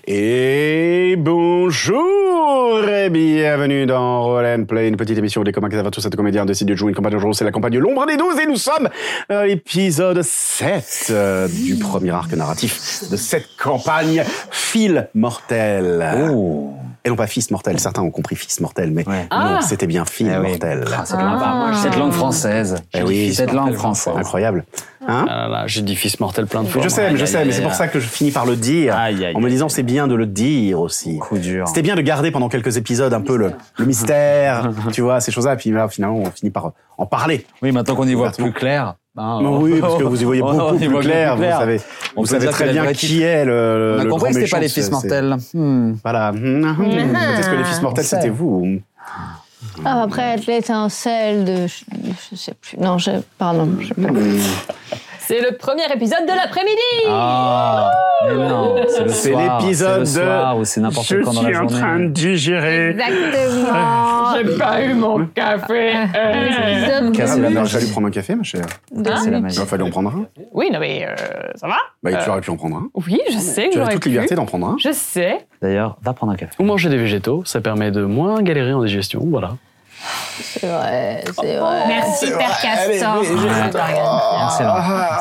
Et bonjour et bienvenue dans Roll & Play, une petite émission où les copains qui savent tous être comédiens décident de jouer une campagne de jour. C'est la campagne de l'ombre des 12 et nous sommes à l'épisode 7 du premier arc narratif de cette campagne, Fil Mortel. Oh. Et non pas Fils Mortel, certains ont compris Fils Mortel, mais non, c'était bien Fil Mortel. Cette langue française. Cette langue française. Incroyable. Hein? Ah là là, j'ai dit Fils Mortel plein de fois. Je sais, mais c'est pour ça que je finis par le dire, en me disant c'est bien de le dire aussi. Coup dur. C'était bien de garder pendant quelques épisodes un peu le mystère, tu vois, ces choses-là, et puis là, finalement, on finit par en parler. Oui, maintenant qu'on y voit plus clair. Oui, parce que vous y voyez beaucoup plus clair, vous savez très bien qui est le On a compris que c'était pas les Fils Fils Mortels. Voilà. Peut-être que les Fils Mortels, c'était vous. Après, l'étincelle de... Je sais plus. Non, pardon. C'est le premier épisode de l'après-midi. Ah, mais non, c'est l'épisode de... soir ou c'est n'importe quand dans la journée. Je suis en train de digérer. Exactement. J'ai pas eu mon café. Casser la magie. Il fallait prendre un café, ma chère. C'est la magie. Il fallait en prendre un. Oui, non mais ça va? Bah, tu aurais pu en prendre un. Oui, je sais que Tu as j'aurais toute pu. liberté d'en prendre un. Je sais. D'ailleurs, va prendre un café. Ou manger des végétaux, ça permet de moins galérer en digestion, voilà. C'est vrai, c'est vrai. Merci, Père Castor. Excellent.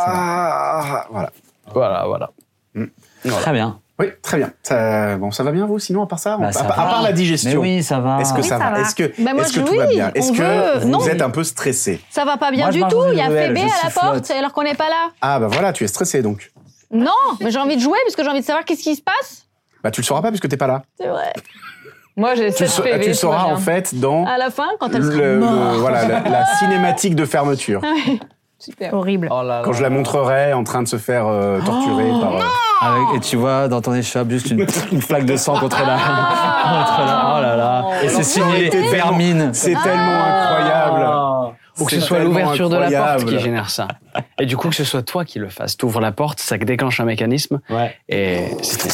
Voilà. Très bien. Oui, très bien. Ça va bien, vous, sinon, à part ça, Ça à va. part la digestion. Mais oui, ça va. Est-ce que Oui, ça ça va? va. Est-ce que, Bah, moi, est-ce que je- tout va oui, bien? Est-ce on que veut- vous non. êtes un peu stressé? Ça va pas bien Moi, je du mange tout. des Il y a nouvelles, Phébé je à la porte sifflote. alors qu'on n'est pas là. Ah, bah voilà, tu es stressé, donc. Non, mais j'ai envie de jouer parce que j'ai envie de savoir qu'est-ce qui se passe. Bah, tu le sauras pas puisque t'es pas là. C'est vrai. Moi, j'ai Tu 7 PV. le tout sauras, va bien. en fait, dans À la fin, quand elle sera la cinématique de fermeture. super horrible. Oh là là. Quand je la montrerai en train de se faire torturer par... Et tu vois dans ton échoppe juste une flaque de sang contre la... Oh là là. Et c'est signé Vermine. C'est tellement incroyable. Ou que ce C'est soit tellement l'ouverture de la porte incroyable. qui génère ça. Et du coup, que ce soit toi qui le fasses. T'ouvres la porte, ça déclenche un mécanisme. Ouais. Et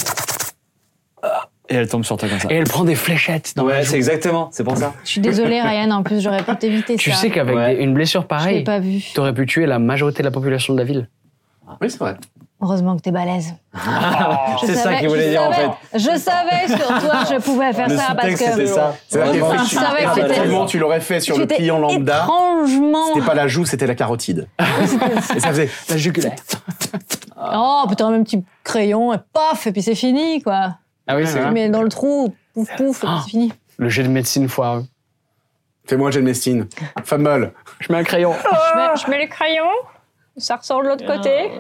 Et elle tombe sur toi comme ça. elle prend des fléchettes dans la Ouais, joue. c'est exactement, c'est pour ça. Je suis désolée, Ryan. En plus, j'aurais pu t'éviter ça. Tu sais qu'avec une blessure Je l'ai pareille, pas vu. t'aurais pu tuer la majorité de la population de la ville. Oui, c'est vrai. Heureusement que t'es balèze. C'est ça qu'il voulait dire en fait. Je savais sur toi je pouvais faire Le ça parce sous-texte, c'était que ça. C'est-à-dire Enfin, je savais que c'était- effectivement, tu l'aurais fait sur le étais client lambda. étrangement. C'était pas la joue, c'était la carotide. Et ça faisait la jugulaire. Oh, putain, un petit crayon, et paf, et puis c'est fini, quoi. Ah oui, c'est Tu vrai. mets dans le trou, pouf, pouf, et puis c'est fini. Le jet de médecine foireux. Fais-moi Jane Mestine. Fumble. Je mets un crayon. Je mets le crayon, ça ressort de l'autre côté.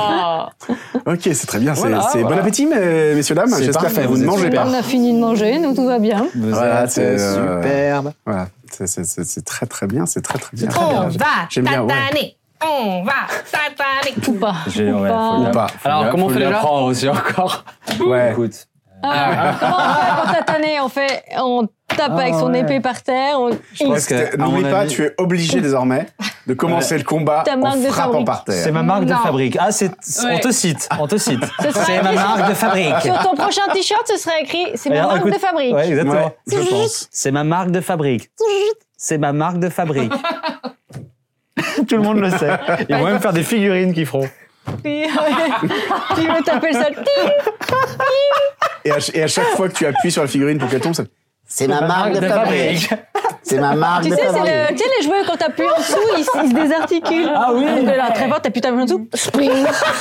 Ok, c'est très bien. Voilà, c'est voilà. bon appétit, messieurs, dames. C'est J'espère parfait, que vous ne vous êtes mangez super. pas. On a fini de manger, nous tout va bien. Vous Voilà, êtes c'est, superbe. Voilà, c'est très très bien, c'est très très bien. On va J'aime bien, ouais. tataner. On va tataner. Ou pas. Ou pas. Alors, comment on fait déjà? Prendre aussi encore. Ouais. Écoute. Ah, comment on fait pour tataner? On tape avec son épée par terre. Je pense que, à N'oublie mon pas, avis, tu es obligé désormais de commencer le combat Ta en marque de frappant fabrique. par terre. c'est ma marque de Non. fabrique. Ah, on te cite. On te cite. C'est ma marque de fabrique. Sur ton prochain t-shirt, ce serait écrit « C'est ma Alors, marque écoute, de fabrique Ouais, exactement. Ouais, je pense. C'est ma marque de fabrique. C'est ma marque de fabrique. Tout le monde le sait. Ils vont même faire des figurines qui feront. ». Puis tu veux taper ça. Et à chaque fois que tu appuies sur la figurine pour qu'elle tombe, ça... C'est ma marque de fabrique. C'est ma marque Tu de sais, fabrique. tu sais, les jouets, quand t'appuies en dessous, ils se désarticulent. Ah oui. Donc là, très fort, t'appuies en dessous. Spring.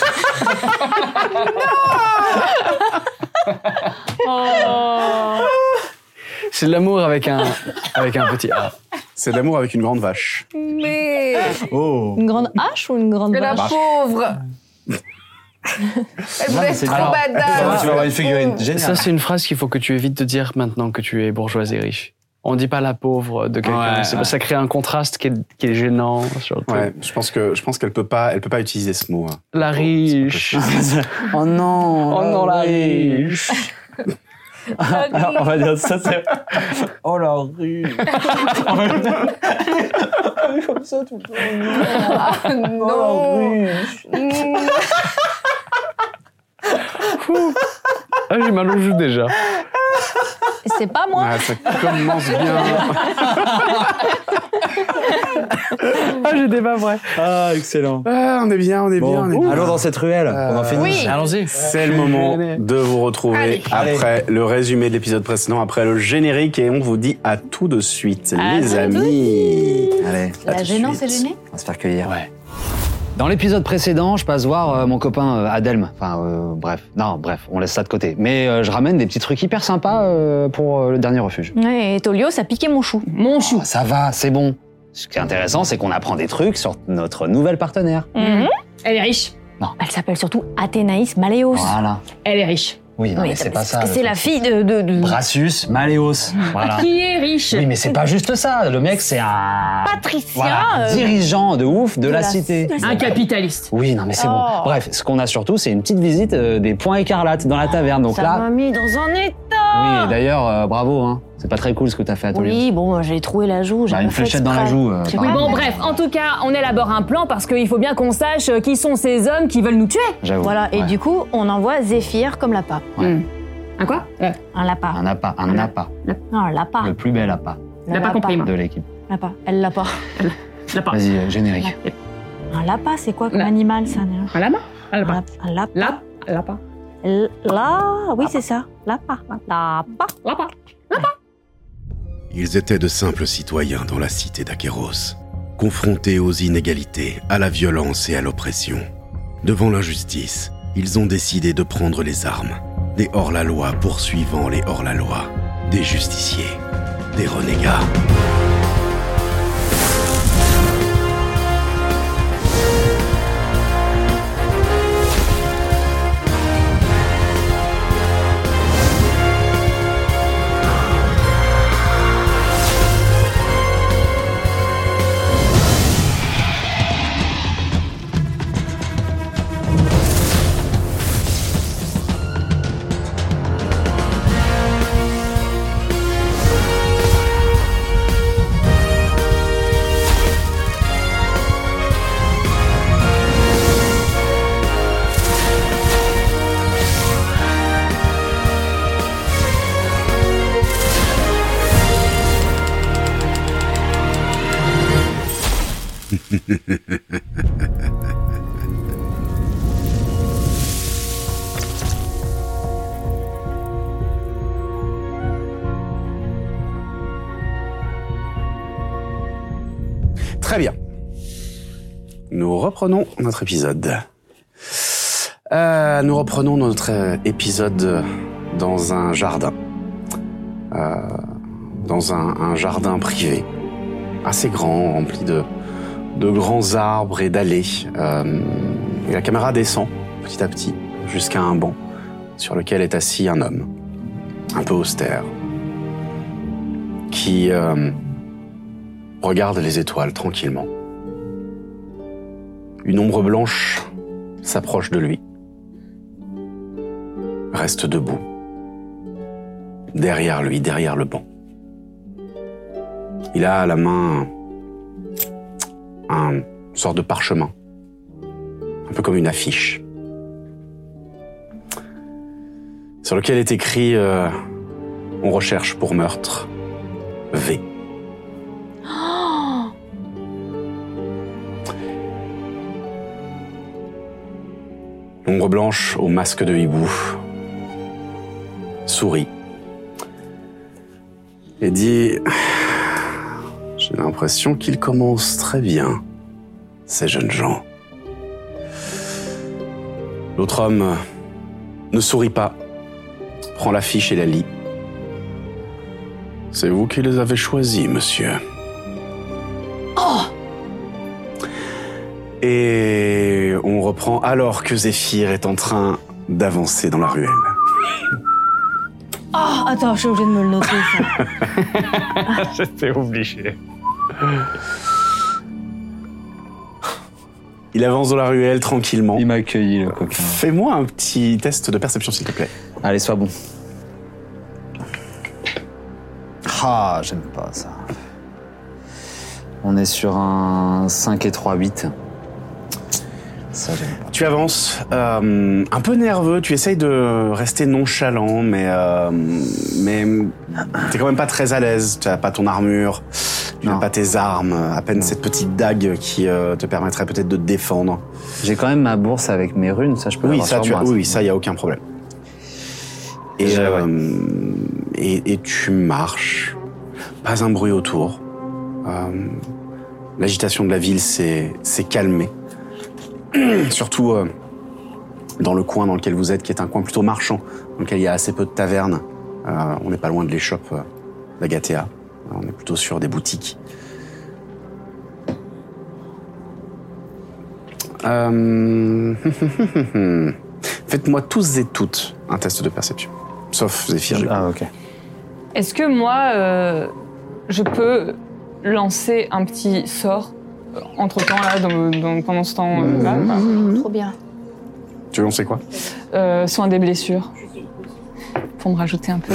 C'est de l'amour avec un petit A. C'est de l'amour avec une grande vache. Mais Oh. Une grande hache ou une grande la vache? pauvre. Elle voulait être trop Alors, tu vas badass. avoir une figurine. Ça, Génial. c'est une phrase qu'il faut que tu évites de dire maintenant que tu es bourgeoise et riche. On dit pas la pauvre de quelqu'un. Ouais, Ça crée un contraste qui est gênant. Surtout. Ouais, je pense qu'elle peut pas utiliser ce mot. Hein. La riche. Oh non. Oh non, la riche. On va dire ça, c'est... Oh la rue. Comme ça tout le temps. Non. Ah, j'ai mal aux joues déjà. C'est pas moi. Ah, ça commence bien. Ah, j'étais pas vrai. Ah, excellent. Ah, on est bien, on est bien. On est bien. Allons dans cette ruelle. On en finit. Oui. Allons-y. C'est le moment de vous retrouver après le résumé de l'épisode précédent, après le générique, et on vous dit à tout de suite, les amis. Allez, À La tout de gênance suite. est gênée. on va se faire cueillir. Ouais. Dans l'épisode précédent, je passe voir mon copain Adelme. Bref, on laisse ça de côté. Mais je ramène des petits trucs hyper sympas pour le dernier refuge. Ouais, et Tolio, ça piquait mon chou. Mon chou. Oh, ça va, c'est bon. Ce qui est intéressant, c'est qu'on apprend des trucs sur notre nouvelle partenaire. Elle est riche. Elle s'appelle surtout Athénaïs Maléos. Voilà. Elle est riche. Oui, non, Oui, mais c'est pas parce ça. que c'est la fille de... Brassus Maléos. Voilà. Qui est riche? Oui, mais c'est pas juste ça. Le mec, c'est un... Patricia. Voilà, dirigeant de ouf de la cité. Un capitaliste. Oui, non, mais c'est bon. Oh. Bref, ce qu'on a surtout, c'est une petite visite des points écarlates dans la taverne. Donc Ça là... m'a mis dans un état. Oui, et d'ailleurs, bravo, hein. C'est pas très cool ce que t'as fait à Tolio. Oui, bon, j'ai troué la joue. j'ai Bah, pas une fait fléchette dans la exprès. joue. Je sais Oui, pas. bon, bref, en tout cas, on élabore un plan parce qu'il faut bien qu'on sache qui sont ces hommes qui veulent nous tuer. J'avoue. Voilà, et Ouais. du coup, on envoie Zéphyr comme l'appât. Un quoi? Un lapin. Un appât, un appât. Non, un lapin. Le plus bel appât Un N'a pas compris, moi. de l'équipe. Lapin. Elle l'a pas. Lapin. Vas-y, générique. Un lapin, c'est quoi comme Ouais. animal, ça non Un lama? Un Un lapin. lap- un lapin. Lapin. Là, oui, c'est ça. Lapin. Lapin. Lapin. Ils étaient de simples citoyens dans la cité d'Aqueros, confrontés aux inégalités, à la violence et à l'oppression. Devant l'injustice, ils ont décidé de prendre les armes, des hors-la-loi poursuivant les hors-la-loi, des justiciers, des renégats. Très bien. Nous reprenons notre épisode. Nous reprenons notre épisode dans un jardin. Dans un jardin privé, assez grand, rempli de grands arbres et d'allées. Et la caméra descend petit à petit jusqu'à un banc sur lequel est assis un homme, un peu austère, qui regarde les étoiles tranquillement. Une ombre blanche s'approche de lui, reste debout, derrière lui, derrière le banc. Il a à la main un sorte de parchemin, un peu comme une affiche, sur lequel est écrit « On recherche pour meurtre V ». L'ombre blanche au masque de hibou sourit et dit « J'ai l'impression qu'ils commencent très bien, ces jeunes gens. » L'autre homme ne sourit pas, prend l'affiche et la lit. « C'est vous qui les avez choisis, monsieur. » Et on reprend alors que Zéphyr est en train d'avancer dans la ruelle. Oh, attends, je suis obligée de me le noter, ça. J'étais obligé. Il avance dans la ruelle tranquillement. Il m'a accueilli, le coquin. Fais-moi un petit test de perception, s'il te plaît. Allez, sois bon. Ah, j'aime pas ça. On est sur un 5 et 3, 8. Ça, j'aime pas. Tu avances, un peu nerveux, tu essayes de rester nonchalant, mais t'es quand même pas très à l'aise. Tu n'as pas ton armure, tu n'as pas tes armes, à peine cette petite dague qui te permettrait peut-être de te défendre. J'ai quand même ma bourse avec mes runes, ça je peux l'avoir sur moi. Oui, ça, il n'y a aucun problème. Et tu marches, pas un bruit autour. L'agitation de la ville s'est calmée. Surtout dans le coin dans lequel vous êtes, qui est un coin plutôt marchand, dans lequel il y a assez peu de tavernes. On n'est pas loin de l'échoppe d'Agathea. On est plutôt sur des boutiques. Faites-moi tous et toutes un test de perception. Sauf Zéphyr. Ah, ok. Est-ce que moi, je peux lancer un petit sort entre-temps, là, pendant ce temps-là Trop bien. Tu veux lancer quoi? Soin des blessures. Pour me rajouter un peu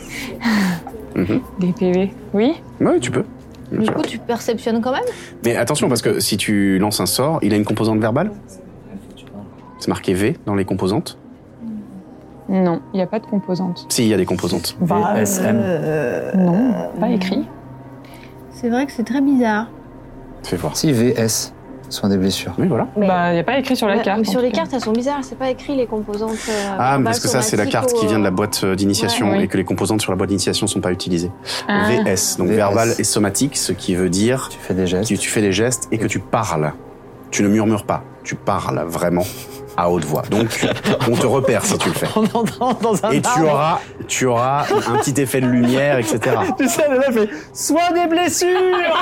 des PV. Oui? Oui, tu peux. Du coup, tu perceptionnes quand même? Mais attention, parce que si tu lances un sort, il a une composante verbale? C'est marqué V dans les composantes? Non, il n'y a pas de composante. Si, il y a des composantes. VSM. Non, pas écrit. C'est vrai que c'est très bizarre. Fais voir. Si, VS, soin des blessures. Oui, voilà. Il n'y a pas écrit sur la carte. Mais sur en les tout cas. cartes, elles sont bizarres. C'est pas écrit les composantes. Ah, mais parce que ça, c'est la carte qui vient de la boîte d'initiation Ouais, oui. et que les composantes sur la boîte d'initiation sont pas utilisées. Ah. VS, donc VS. verbal et somatique, ce qui veut dire Tu fais des gestes. que tu fais des gestes et que tu parles. Tu ne murmures pas, tu parles vraiment à haute voix. Donc, on te repère si tu le fais. On entend dans un Et tu auras un petit effet de lumière, etc. Tu sais, le fait soin des blessures.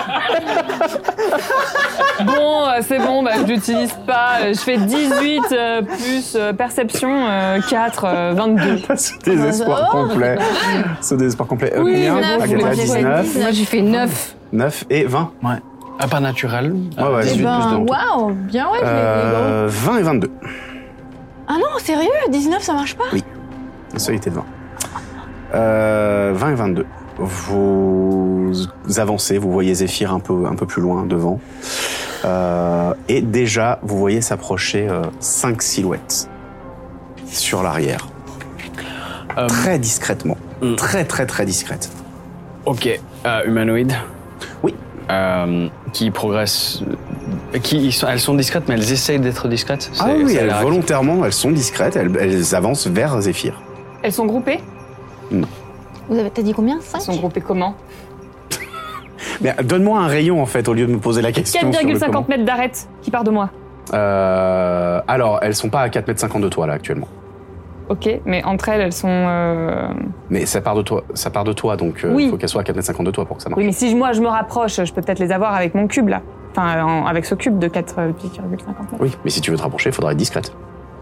Bon, c'est bon, je l'utilise pas. Je fais 18 plus perception 4, 22. Ce désespoir complet. Ce désespoir complet. Oui, Combien? 19, Agatha, moi, j'ai fait 19, 19. Moi, j'ai fait 9. 9 et 20. Ouais. Pas naturel. Ouais, 18 Eh plus ben, 2. waouh, bien ouais, je l'ai eu. 20 et 22. Ah non, sérieux, 19, ça marche pas? Un seul était de 20. 20 et 22. Vous avancez, vous voyez Zéphyr un peu plus loin devant. Et déjà, vous voyez s'approcher 5 silhouettes sur l'arrière. Très discrètement. Très, très, très discrète. Ok. Humanoïde. Oui. Qui progressent. Elles sont discrètes, mais elles essayent d'être discrètes. Ah oui, ça a elles, l'air volontairement, elles sont discrètes, elles avancent vers Zéphyr. Elles sont groupées? T'as dit combien? Elles 5? sont groupées comment? Mais donne-moi un rayon, en fait, au lieu de me poser la question. sur le 4,50 mètres d'arête qui part de moi. Alors, elles sont pas à 4,50 m de toi, là, actuellement. Ok, mais entre elles sont... Mais ça part de toi, donc Oui. il faut qu'elles soient à 4,50 m de toi pour que ça marche. Oui, mais si moi je me rapproche, je peux peut-être les avoir avec mon cube, là. Enfin, avec ce cube de 4,50 mètres. Oui, mais si tu veux te rapprocher, il faudra être discrète.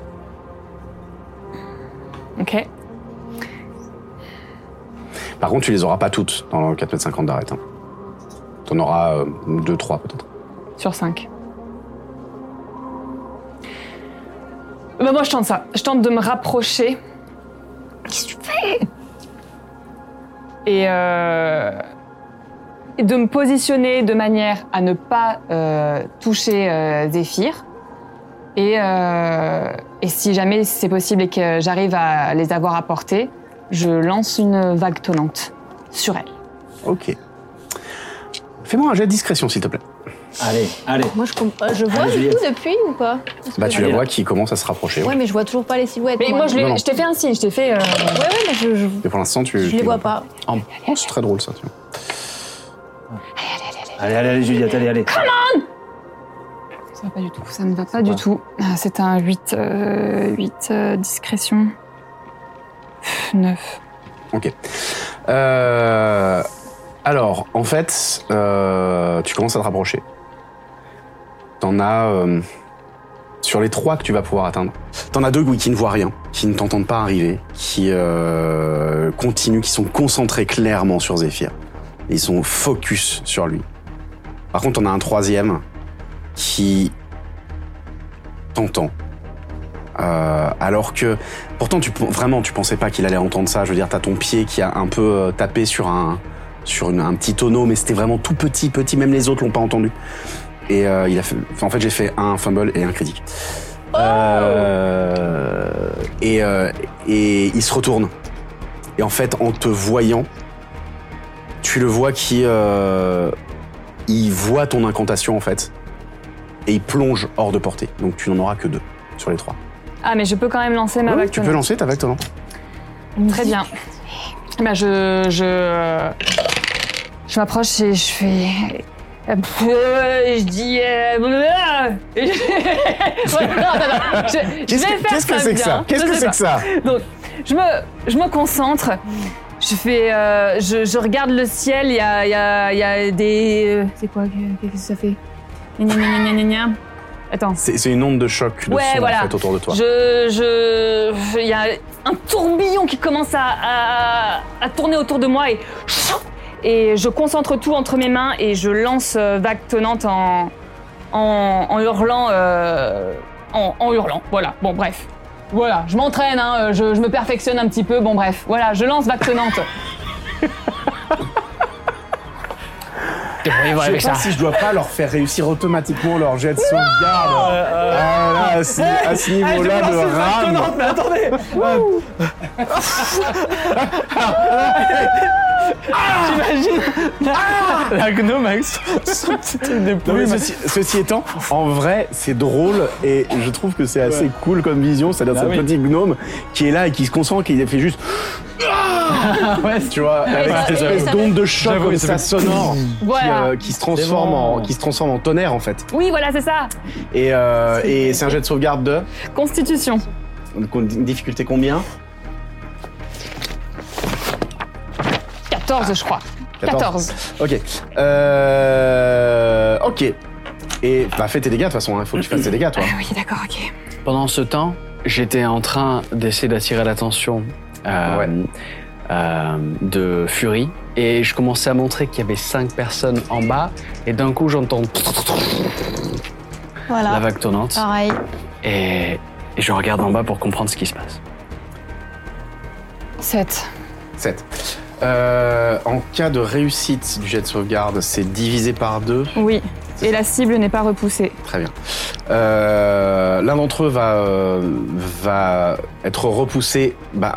Ok. Par contre, tu les auras pas toutes dans le 4,50 m d'arête. Hein. T'en auras 2, 3 peut-être. Sur 5. Moi, je tente ça. Je tente de me rapprocher. Qu'est-ce que tu fais? Et de me positionner de manière à ne pas toucher Zéphyr. Et si jamais c'est possible et que j'arrive à les avoir à portée, je lance une vague tonnante sur elles. Ok. Fais-moi un jet de discrétion, s'il te plaît. Allez. Moi, je vois Allez, du Juliette. coup depuis ou pas? Parce Bah, que tu la vois qui commence à se rapprocher. Ouais, mais je vois toujours pas les silhouettes. Mais moi, Non, non. je t'ai fait un signe, je t'ai fait... Ouais, mais je Et pour l'instant, tu les vois pas. Oh, c'est très drôle, ça. Tiens. Allez, Juliette, allez. Ça va pas du tout, ça ne va pas du tout. Ah, c'est un 8 discrétion. 9. Ok. Alors, en fait, tu commences à te rapprocher. T'en as... sur les 3 que tu vas pouvoir atteindre, t'en as 2 oui, qui ne voient rien, qui ne t'entendent pas arriver, qui continuent, qui sont concentrés clairement sur Zéphyr. Ils sont focus sur lui. Par contre, t'en as un 3e qui t'entend. Alors que, pourtant, tu pensais pas qu'il allait entendre ça. Je veux dire, t'as ton pied qui a un peu tapé sur un petit tonneau, mais c'était vraiment tout petit, même les autres l'ont pas entendu. Et en fait, j'ai fait un fumble et un critique. Et il se retourne. Et en fait, en te voyant, tu le vois il voit ton incantation en fait. Et il plonge hors de portée. Donc tu n'en auras que 2 sur les 3. Ah, mais je peux quand même lancer ma vague Tu peux lancer ta vague tonnante. Très bien. Bah, je m'approche et je fais... je dis... Qu'est-ce que c'est que ça? Qu'est-ce que c'est que ça? Donc, je me concentre. Je fais... je regarde le ciel. Il y a des... c'est quoi? Qu'est-ce que ça fait? Gna, gna, gna, gna, gna. Attends. C'est une onde de choc de son voilà. en fait, autour de toi. Il y a un tourbillon qui commence à tourner autour de moi et je concentre tout entre mes mains et je lance vague tonnante en hurlant. En hurlant. Voilà. Bon, bref. Voilà. Je m'entraîne. Hein, je me perfectionne un petit peu. Bon, bref. Voilà. Je lance vague tonnante. Je sais pas si je dois pas leur faire réussir automatiquement leur jet de sauvegarde. Là, à ce niveau-là de rame. Mais attendez. T'imagines la gnome avec son petit truc de plume. Ceci étant, en vrai, c'est drôle et je trouve que c'est assez cool comme vision. C'est-à-dire ce petit gnome qui est là et qui se concentre, qui fait juste... Ouais, tu vois, avec cette espèce d'onde de choc comme ça sonore Voilà. qui se transforme en tonnerre en fait. Oui, voilà, c'est ça. Et c'est un jet de sauvegarde de Constitution. difficulté combien? 14, je crois. 14. Ok. Ok. Et fais tes dégâts de toute façon, il faut que tu fasses tes dégâts toi. Oui, d'accord, ok. Pendant ce temps, j'étais en train d'essayer d'attirer l'attention de Fury et je commençais à montrer qu'il y avait 5 personnes en bas et d'un coup j'entends Voilà. la vague tonnante Pareil. et je regarde en bas pour comprendre ce qui se passe. 7. 7. En cas de réussite du jet de sauvegarde, c'est divisé par 2. Oui. Et la cible n'est pas repoussée. Très bien. L'un d'entre eux va être repoussé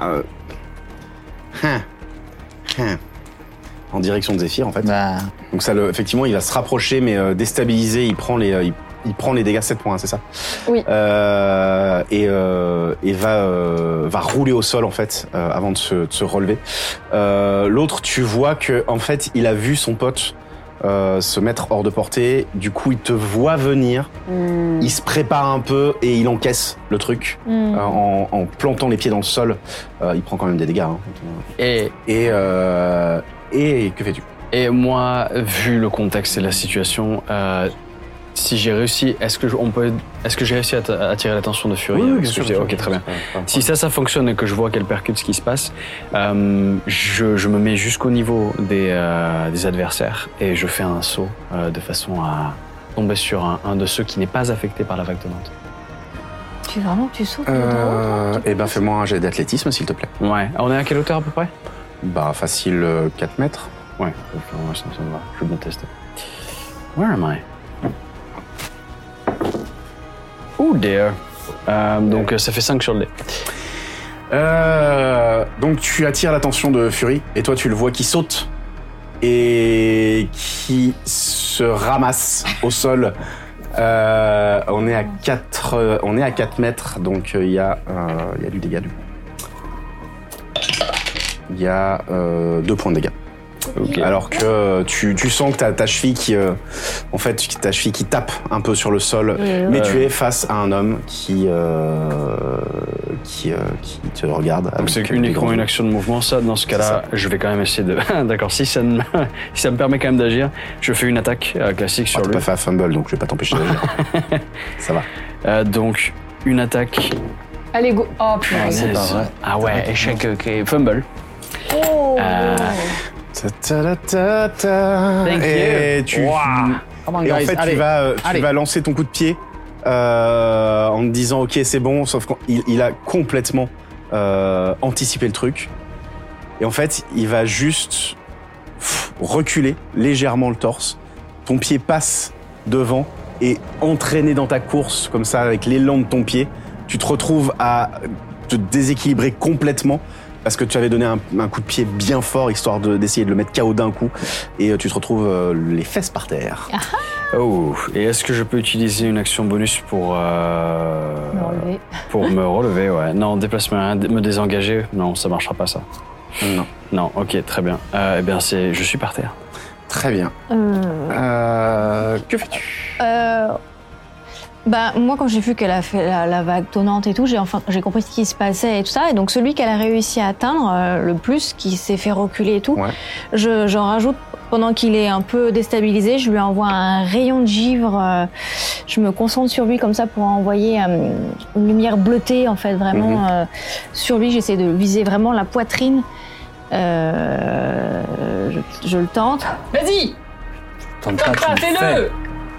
en direction de Zéphyr en fait. Donc ça effectivement il va se rapprocher mais déstabilisé, il prend les dégâts 7 points, c'est ça? Oui. Et va rouler au sol en fait avant de se relever. L'autre, tu vois que en fait il a vu son pote se mettre hors de portée. Du coup, il te voit venir. Il se prépare un peu et il encaisse le truc en plantant les pieds dans le sol. Il prend quand même des dégâts. Hein. Et que fais-tu? Et moi, vu le contexte et la situation, si j'ai réussi, est-ce que j'ai réussi à attirer l'attention de Fury? Oui, bien sûr. Ok, très bien. Si ça fonctionne et que je vois qu'elle percute ce qui se passe, je me mets jusqu'au niveau des adversaires et je fais un saut de façon à tomber sur un de ceux qui n'est pas affecté par la vague tonnante. Tu sautes Eh ben, fais-moi un jet d'athlétisme, s'il te plaît. Ouais. On est à quelle hauteur à peu près? Facile 4 mètres. Ouais, ça me va. Je vais bien tester. Where am I? Oh dear. Donc ça fait 5 sur le dé. Donc tu attires l'attention de Fury et toi tu le vois qui saute et qui se ramasse au sol. On est à 4 mètres, donc il y a du dégât du coup. Il y a 2 points de dégâts. Okay. Alors que tu sens que ta cheville qui tape un peu sur le sol, mais tu es face à un homme qui te regarde. C'est uniquement une action de mouvement, ça. Dans ce cas-là, je vais quand même essayer de... D'accord, si ça me permet quand même d'agir, je fais une attaque classique sur lui. T'as pas fait un fumble, donc je vais pas t'empêcher d'agir. Ça va. Donc, une attaque... Allez, go. Oh, putain. C'est pas vrai. Ah ouais, échec, ok. Fumble. Oh Et tu vas lancer ton coup de pied en te disant ok c'est bon, sauf qu'il a complètement anticipé le truc et en fait il va juste reculer légèrement le torse, ton pied passe devant et entraîné dans ta course, comme ça, avec l'élan de ton pied, tu te retrouves à te déséquilibrer complètement parce que tu avais donné un coup de pied bien fort, histoire d'essayer de le mettre KO d'un coup, et tu te retrouves les fesses par terre. Oh, et est-ce que je peux utiliser une action bonus pour Me relever. pour me relever, ouais. Non, déplacement, me désengager, non, ça marchera pas ça. Non. Non, ok, très bien. Eh bien, je suis par terre. Très bien. Que fais-tu? Bah, moi, quand j'ai vu qu'elle a fait la vague tonnante et tout, j'ai compris ce qui se passait et tout ça. Et donc, celui qu'elle a réussi à atteindre le plus, qui s'est fait reculer et tout, Ouais. j'en rajoute, pendant qu'il est un peu déstabilisé, je lui envoie un rayon de givre. Je me concentre sur lui comme ça pour envoyer une lumière bleutée, en fait, vraiment sur lui. J'essaie de viser vraiment la poitrine. Je le tente. Vas-y. Tente pas, tu le fais. Fais-le.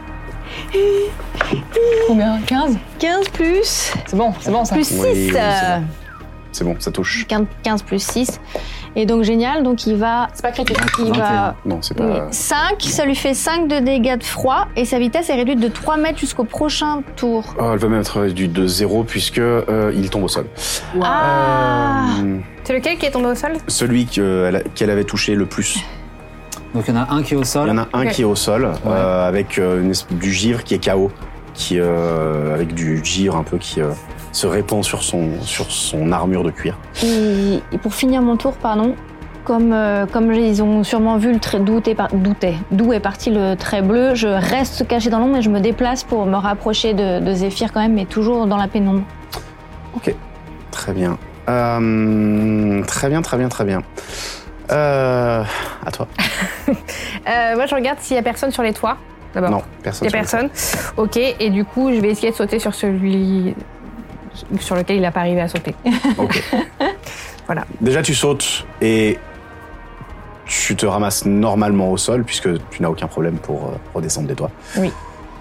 Combien? 15? 15 plus. C'est bon ça. Plus 6. Oui, c'est bon. C'est bon, ça touche. 15 plus 6. Et donc, génial. Donc, il va. C'est pas critique. Il va. Non, c'est pas... 5, ça lui fait 5 de dégâts de froid et sa vitesse est réduite de 3 mètres jusqu'au prochain tour. Oh, elle va même être réduite de 0 puisque il tombe au sol. Ah C'est lequel qui est tombé au sol? Celui qu'elle avait touché le plus. Donc il y en a un qui est au sol. Il y en a un qui est au sol, avec du givre qui est KO, avec du givre un peu qui se répand sur son armure de cuir. et pour finir mon tour, pardon, comme ils ont sûrement vu d'où est parti le trait bleu, je reste caché dans l'ombre et je me déplace pour me rapprocher de Zéphyr quand même, mais toujours dans la pénombre. Ok, très bien. Très bien. À toi. Moi, je regarde s'il y a personne sur les toits. D'abord. Non, personne. Il y a personne. Ok, et du coup, je vais essayer de sauter sur celui sur lequel il n'a pas arrivé à sauter. Ok. Voilà. Déjà, tu sautes et tu te ramasses normalement au sol puisque tu n'as aucun problème pour redescendre des toits. Oui.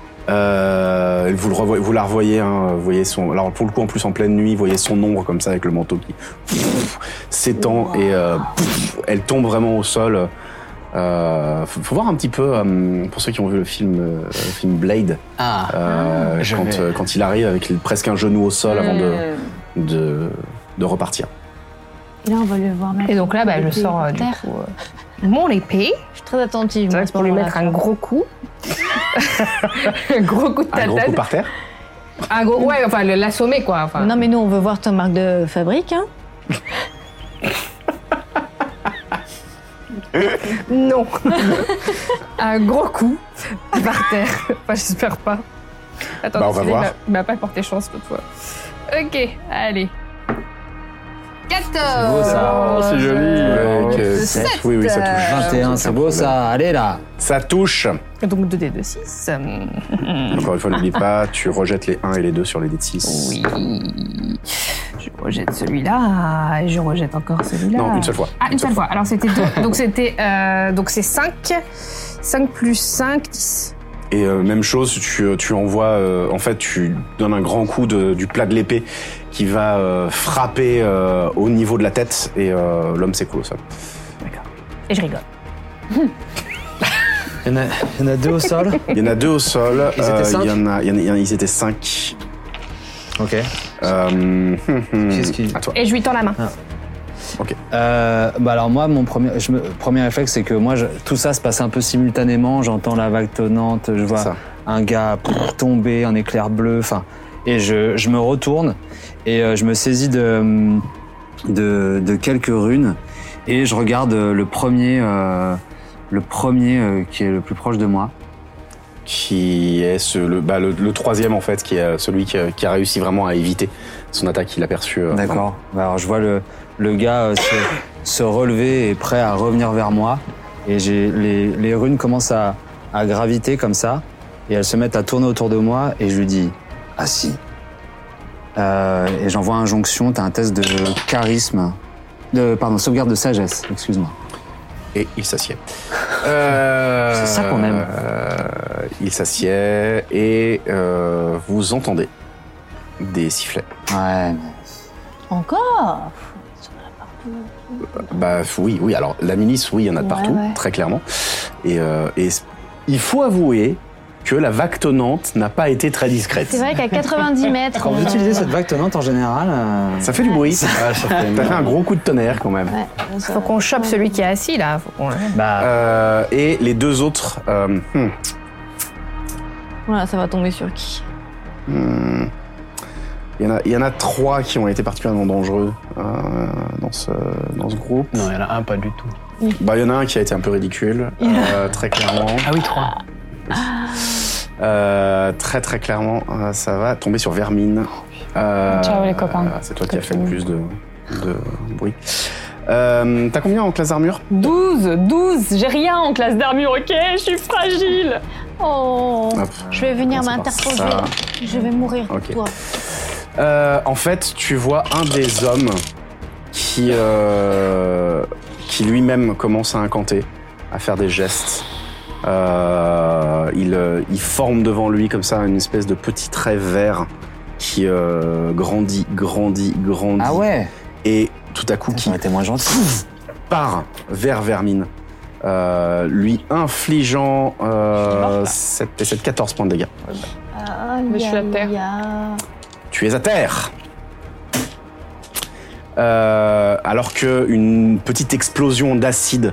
Vous la revoyez, hein, vous voyez son. Alors pour le coup, en plus en pleine nuit, vous voyez son ombre comme ça avec le manteau qui s'étend et elle tombe vraiment au sol. Faut voir un petit peu pour ceux qui ont vu le film Blade. Quand il arrive avec presque un genou au sol avant de repartir. Et là, on va le voir mettre. Et donc là, je sors du coup mon épée. Je suis très attentive. C'est pour lui mettre un gros coup. Un gros coup de Un gros coup tatane. par terre. Un gros, ouais, enfin l'assommer quoi. Enfin. Non, mais nous, on veut voir ta marque de fabrique. Hein. Non. Un gros coup par terre. Enfin, j'espère pas. Attends, On va voir. Il m'a pas porté chance l'autre fois. Ok, allez. 14. C'est beau, ça. Oh, c'est joli. Oui, ça touche. 21, c'est beau ça. Allez là. Ça touche. Donc 2 dés de 6. Encore une fois, n'oublie pas, tu rejettes les 1 et les 2 sur les dés de 6. Oui. Je rejette celui-là et je rejette encore celui-là. Non, une seule fois. Ah, une seule fois. Alors c'était 2. Donc c'est 5. 5 plus 5, 10. Et même chose, tu envoies, en fait, tu donnes un grand coup du plat de l'épée qui va frapper au niveau de la tête et l'homme s'écoule au sol. D'accord. Et je rigole. Il y en a 2 au sol. Il y en a 2 au sol. Ils étaient 5 ils étaient 5. Ok. Qu'est-ce qui- À toi. Et je lui tends la main. Ok. Alors moi, mon premier réflexe, c'est que moi, tout ça se passe un peu simultanément. J'entends la vague tonnante, je vois ça. un gars tomber, un éclair bleu, et je me retourne et je me saisis de quelques runes et je regarde le premier qui est le plus proche de moi. Qui est le troisième, en fait, qui est celui qui a réussi vraiment à éviter son attaque. Il a perçu. D'accord. Alors je vois le gars se relever et prêt à revenir vers moi. Et les runes commencent à graviter comme ça. Et elles se mettent à tourner autour de moi. Et je lui dis « Assis ». Et j'envoie injonction. T'as un test de charisme. Sauvegarde de sagesse, excuse-moi. Et il s'assied. C'est ça qu'on aime. Il s'assied et vous entendez des sifflets. Ouais, mais... Encore. Bah oui. Alors la milice, oui, il y en a de Ouais, partout, ouais. très clairement. Et il faut avouer que la vague tonnante n'a pas été très discrète. C'est vrai qu'à 90 mètres... Quand vous utilisez cette vague tonnante, en général... Ça fait du bruit. T'as fait un gros coup de tonnerre quand même. Ouais, Faut qu'on chope celui qui est assis là. Faut qu'on... Et les deux autres... Voilà, ça va tomber sur qui? Il y en a 3 qui ont été particulièrement dangereux dans ce groupe. Non, il y en a un pas du tout. Bah, il y en a un qui a été un peu ridicule, très clairement. Ah oui, 3. Très très clairement, ça va tomber sur Vermine. Ciao les copains. C'est toi qui as fait le plus de bruit. T'as combien en classe d'armure? 12. J'ai rien en classe d'armure, ok? Je suis fragile. Oh, Hop. je vais venir Commence par m'interposer. ça. Je vais mourir pour Ok. toi. En fait, tu vois un des hommes qui lui-même commence à incanter, à faire des gestes. Il forme devant lui comme ça une espèce de petit trait vert qui grandit. Ah ouais. Et tout à coup, Ça qui aurait été moins gentil. part vers Vermine, lui infligeant 14 points de dégâts. Mais je suis à terre. Tu es à terre. Alors qu'une petite explosion d'acide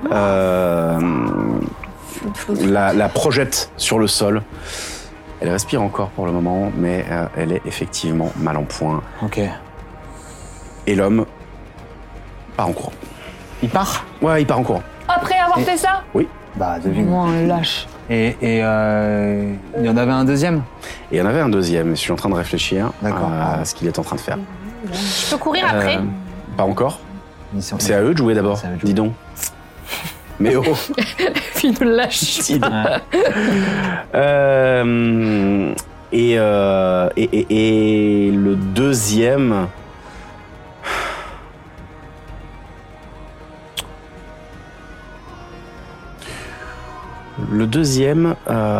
la projette sur le sol. Elle respire encore pour le moment, mais elle est effectivement mal en point. Ok. Et l'homme part en courant. Il part? Ouais, il part en courant. Après avoir fait ça? Bah, devine. Moi, un lâche. Et il y en avait un deuxième? Et il y en avait un deuxième, je suis en train de réfléchir D'accord. à ce qu'il est en train de faire. Je peux courir après? Pas encore. Mission. C'est à eux de jouer d'abord, C'est à eux de jouer. dis donc. Mais oh, Puis il nous lâche. dis donc. Et le deuxième... Le deuxième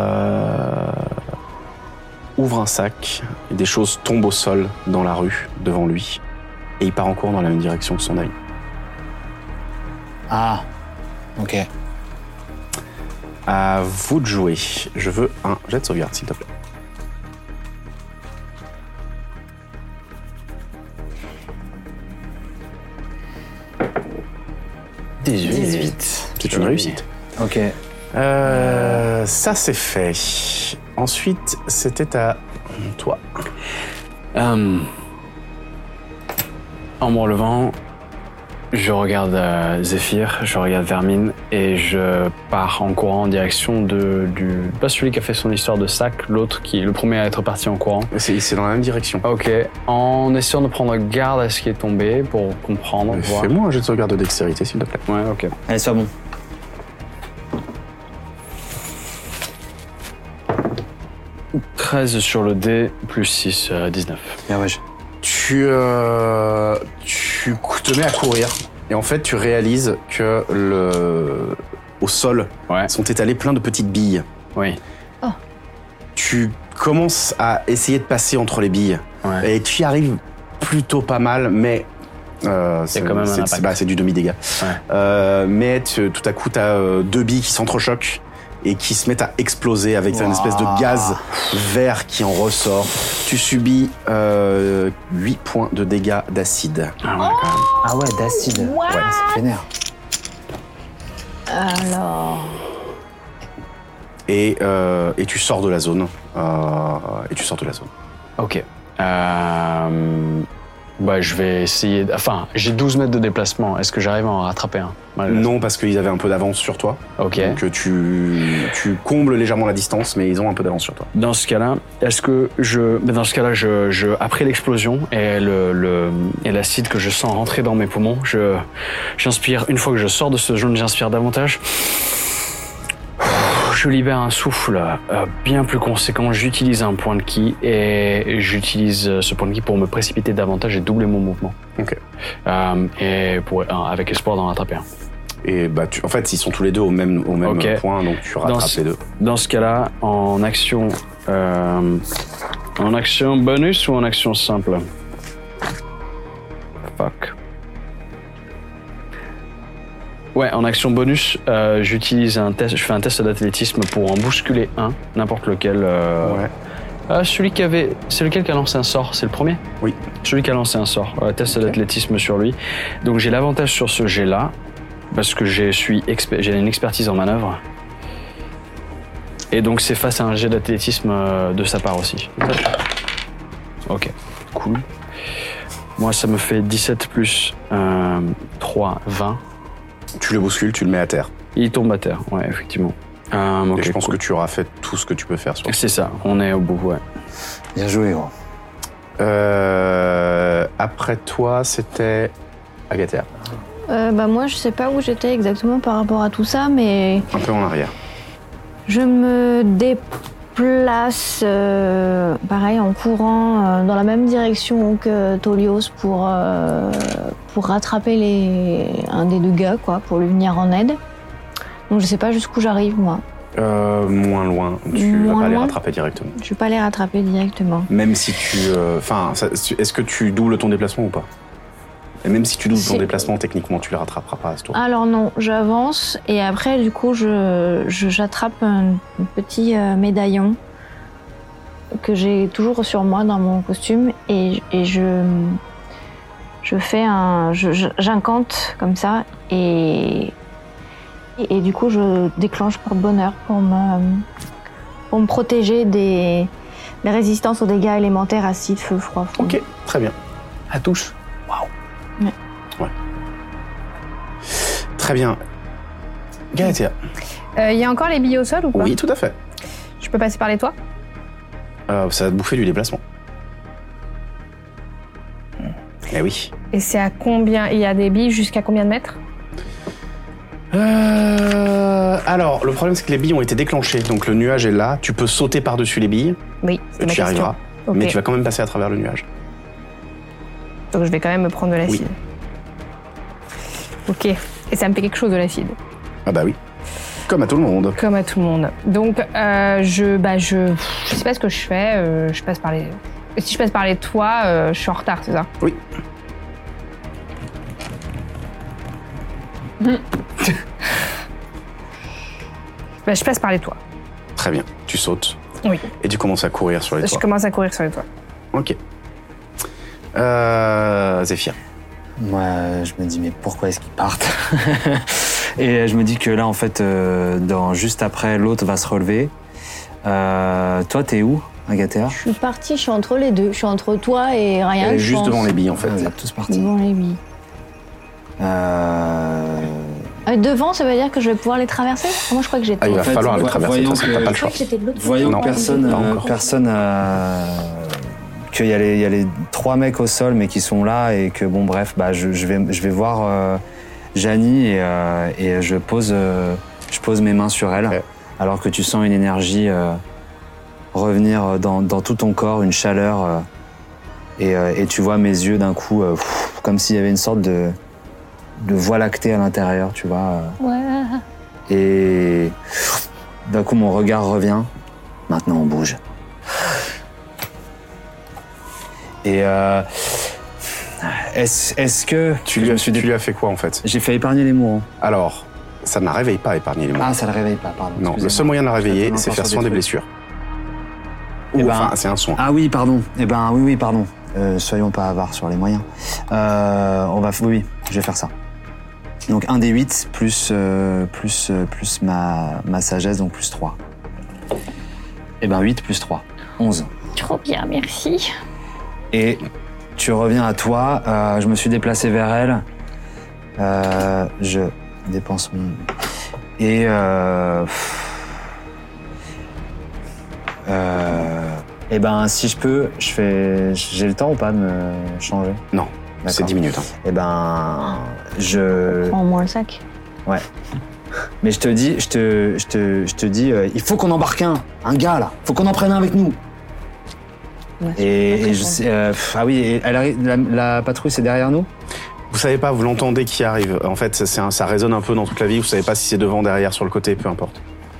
ouvre un sac, et des choses tombent au sol dans la rue devant lui, et il part en courant dans la même direction que son ami. Ah. Ok. À vous de jouer. Je veux un jet de sauvegarde, s'il te plaît. « 18. C'est une réussite. Ok. Ça, c'est fait. Ensuite, c'était à toi. En me relevant, je regarde Zéphyr, je regarde Vermine et je pars en courant en direction pas celui qui a fait son histoire de sac, l'autre qui est le premier à être parti en courant. C'est dans la même direction. Ok, en essayant de prendre garde à ce qui est tombé pour comprendre, voir. Fais-moi un jet de sauvegarde de dextérité, s'il te plaît. Ouais, ok. Allez, sois bon. 13 sur le dé, plus 6, 19. Bien ouais. Tu te mets à courir et en fait tu réalises que au sol Ouais. sont étalées plein de petites billes. Oui. Tu commences à essayer de passer entre les billes Ouais. et tu y arrives plutôt pas mal, mais c'est quand même un impact. c'est du demi-dégât. Ouais. Mais tout à coup, tu as 2 billes qui s'entrechoquent et qui se mettent à exploser avec une espèce de gaz vert qui en ressort. Tu subis 8 points de dégâts d'acide. Ah ouais, quand même. Ah ouais, d'acide. Ouais, c'est vénère. Alors... Et tu sors de la zone. Ok. Bah, je vais essayer. Enfin, j'ai 12 mètres de déplacement. Est-ce que j'arrive à en rattraper un? Non, parce qu'ils avaient un peu d'avance sur toi. Ok. Donc tu combles légèrement la distance, mais ils ont un peu d'avance sur toi. Dans ce cas-là, après l'explosion et l'acide que je sens rentrer dans mes poumons, j'inspire. Une fois que je sors de ce zone, j'inspire davantage. Je libère un souffle bien plus conséquent. J'utilise un point de ki et j'utilise ce point de ki pour me précipiter davantage et doubler mon mouvement. Ok. Et avec espoir d'en rattraper un. Et bah, en fait, ils sont tous les deux au même Ok. point, donc tu rattrapes les deux. Dans ce cas-là, en action bonus ou en action simple? Fuck. Ouais, en action bonus, j'utilise un test. Je fais un test d'athlétisme pour en bousculer un, n'importe lequel. Celui c'est lequel qui a lancé un sort, c'est le premier? Oui. Celui qui a lancé un sort, test d'athlétisme sur lui. Donc j'ai l'avantage sur ce jet-là, parce que j'ai une expertise en manœuvre. Et donc c'est face à un jet d'athlétisme de sa part aussi. Ok, cool. Moi ça me fait 17 plus 3, 20. Tu le bouscules, tu le mets à terre. Il tombe à terre, ouais, effectivement. Et je pense que tu auras fait tout ce que tu peux faire sur C'est ça, on est au bout, ouais. Bien joué, gros. Après toi, c'était Agathea. Moi, je sais pas où j'étais exactement par rapport à tout ça, mais Un peu en arrière. je me déplace, pareil, en courant dans la même direction que Tolios pour rattraper un des deux gars, quoi, pour lui venir en aide. Donc je sais pas jusqu'où j'arrive, moi. Moins loin. Tu vas pas les rattraper directement. Je vais pas les rattraper directement. Même si tu... est-ce que tu doubles ton déplacement ou pas? Et même si tu doubles ton déplacement, techniquement, tu les rattraperas pas à ce tour. Alors non, j'avance et après, du coup, j'attrape un petit médaillon que j'ai toujours sur moi dans mon costume et je fais j'incante comme ça et du coup, je déclenche porte-bonheur pour me protéger des résistances aux dégâts élémentaires, acide, feu, froid. Ok, très bien. À touche. Waouh. Ouais. Très bien. Galatea. Il y a encore les billes au sol ou pas? Oui, tout à fait. Je peux passer par les toits? Ça va te bouffer du déplacement. Eh oui. Et c'est à combien? Il y a des billes jusqu'à combien de mètres? Alors, le problème, c'est que les billes ont été déclenchées. Donc, le nuage est là. Tu peux sauter par-dessus les billes. Oui, c'est ma Tu y question. arriveras. Ok. Mais tu vas quand même passer à travers le nuage. Donc je vais quand même me prendre de l'acide. Ok. Et ça me fait quelque chose de l'acide. Ah bah oui. Comme à tout le monde. Comme à tout le monde. Donc je sais pas ce que je fais. Je passe par les. Si je passe par les toits, je suis en retard, c'est ça? Oui. Je passe par les toits. Très bien. Tu sautes. Oui. Et tu commences à courir sur les Je toits. commence à courir sur les toits. Ok. Zéphyr. Moi, je me dis, mais pourquoi est-ce qu'ils partent? Et je me dis que là, en fait, juste après, l'autre va se relever. Toi, t'es où, Agathea? Je suis partie, je suis entre les deux. Je suis entre toi et Ryan. Elle est je juste pense. devant les billes, en fait. Vous êtes tous partis. Devant les billes. Devant, ça veut dire que je vais pouvoir les traverser? Moi, je crois que j'étais. Ah, il va En fait, falloir les traverser, voyons parce que t'as que- pas le Je choix. crois que j'étais de l'autre côté. Voyant Non, que pas encore. personne qu'il y a les 3 mecs au sol, mais qui sont là, et que bon, bref, je vais voir Janie et je pose mes mains sur elle, Ouais. alors que tu sens une énergie revenir dans tout ton corps, une chaleur, et tu vois mes yeux d'un coup, comme s'il y avait une sorte de voie lactée à l'intérieur, tu vois. Ouais. Et d'un coup, mon regard revient. Maintenant, on bouge. Et est-ce que Tu lui as fait quoi, en fait? j'ai fait épargner les mourants? Alors, ça ne la réveille pas, épargner les mots. Ah, ça le réveille pas, pardon. Non, le excusez-moi. seul moyen de la réveiller, J'attends c'est encore faire sur soin des trucs. blessures. Eh Ou ben- enfin, c'est un soin. Ah oui, pardon. Eh ben, oui, pardon. Soyons pas avares sur les moyens. Oui, je vais faire ça. Donc 1 des 8 plus ma sagesse, donc plus 3. Eh ben 8 plus 3. 11. Trop bien, merci. Et tu reviens à toi. Je me suis déplacé vers elle. Je dépense mon... Et... eh ben, si je peux, j'ai le temps ou pas de me changer? Non, c'est 10 minutes. Hein. Eh ben, je... Prends au moins le sac. Ouais. Mais je te dis, il faut qu'on embarque un gars là. Faut qu'on en prenne un avec nous. Ouais, Et je sais, ah oui, et elle arrive, la patrouille c'est derrière nous. Vous savez pas, vous l'entendez qui arrive. En fait, ça résonne un peu dans toute la ville. Vous savez pas si c'est devant, derrière, sur le côté, peu importe.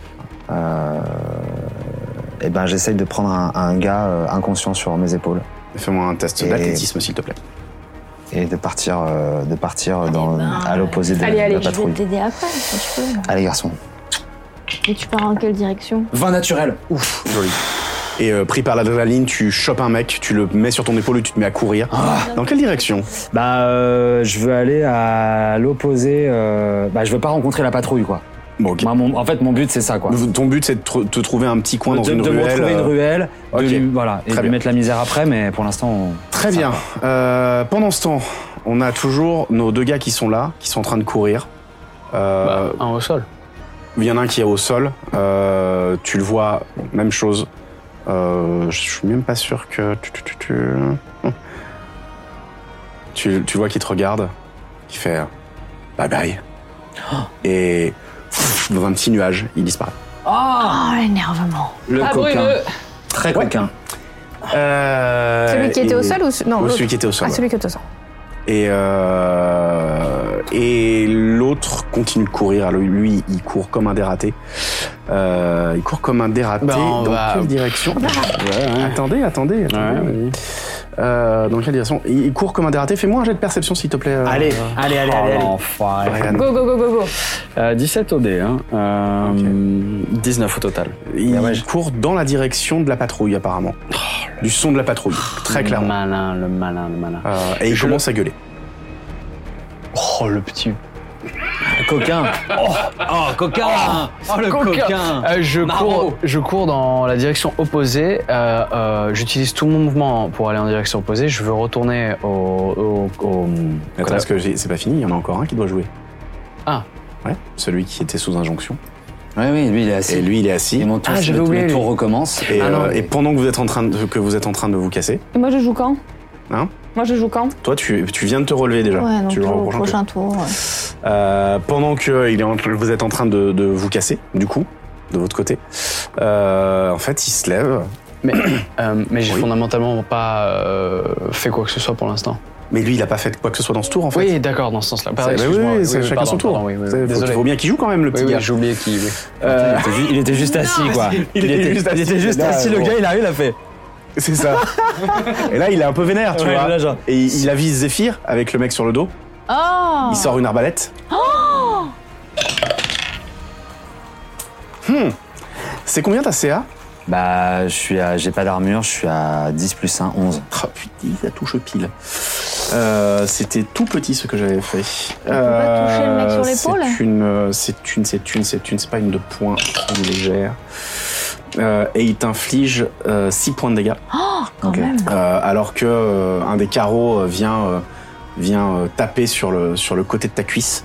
Eh ben, j'essaye de prendre un gars inconscient sur mes épaules. Fais-moi un test Et- d'athlétisme, s'il te plaît. et de partir à l'opposé de allez, la Je vais patrouille. t'aider après, si je peux. Allez garçon. Et tu pars en quelle direction? 20 naturel. Ouf. Joli. Et pris par l'adrénaline, tu chopes un mec, tu le mets sur ton épaule et tu te mets à courir. Dans quelle direction? Je veux aller à l'opposé. Je veux pas rencontrer la patrouille quoi. Bon, ok. Moi, en fait, mon but c'est ça quoi. Ton but, c'est de te trouver un petit coin dans une de me ruelle. retrouver une ruelle, ok. et Très de bien. lui mettre la misère après, mais pour l'instant. Très bien. Pendant ce temps, on a toujours nos 2 gars qui sont là, qui sont en train de courir. Un au sol. Il y en a un qui est au sol. Tu le vois, même chose. Je suis même pas sûr que... Tu vois qu'il te regarde, qui fait bye bye. Et dans un petit nuage, il disparaît. Oh, l'énervement. Le Ah, coquin. brûle-le. Très coquin. Celui qui était au sol ou non l'autre. Celui qui était au sol. Ah, celui qui était au sol. Et l'autre continue de courir. Alors, lui, il court comme un dératé. Il court comme un dératé. On Dans va- quelle direction? Attendez. Ouais. Dans quelle direction? Il court comme un dératé. Fais-moi un jet de perception, s'il te plaît. Allez. L'enfoiré. Ryan. Go, go, go, go, go. 17 au dé, hein. 19 au total. Il court dans la direction de la patrouille, apparemment. Du son de la patrouille, très clairement. Le malin. Et il commence à gueuler. Oh, le petit... Coquin. Oh, coquin. Oh, le coquin. Je cours dans la direction opposée. J'utilise tout mon mouvement pour aller en direction opposée. Je veux retourner au Attends, parce que c'est pas fini, il y en a encore un qui doit jouer. Ah. Ouais, celui qui était sous injonction. Oui, lui il est assis. Et lui, il est assis. Et mon tour, j'avais oublié, le tour lui. recommence. Et, Ah non. et pendant que vous êtes en train de vous casser, Et moi, je joue quand? Hein? Moi, je joue quand? toi, tu viens de te relever déjà. Ouais, donc tu le au reprends prochain tour. Ouais. pendant que vous êtes en train de vous casser, du coup, de votre côté, en fait, il se lève. Mais j'ai Oui. fondamentalement pas fait quoi que ce soit pour l'instant. Mais lui, il a pas fait quoi que ce soit dans ce tour, en fait. Oui, d'accord, dans ce sens-là. Pardon, Mais excuse-moi. oui, c'est chacun pardon, son tour. pardon, oui, Il désolé. faut bien qu'il joue quand même, le petit Oui, gars. j'ai oublié qui. Oui. Il était juste assis, quoi. il était juste assis, le bon. gars, il arrive, il a fait. C'est ça. Et là, il est un peu vénère, tu Ouais, vois. là, genre. Et il avise Zéphyr avec le mec sur le dos. Oh. Il sort une arbalète. C'est combien ta CA? J'ai pas d'armure, je suis à 10 plus 1, 11. Oh putain, ça touche pile. C'était tout petit ce que j'avais fait. peut pas toucher le mec sur l'épaule? C'est pas une de points, c'est une légère. Et il t'inflige 6 points de dégâts. Quand même. Alors que un des carreaux vient taper sur le côté de ta cuisse.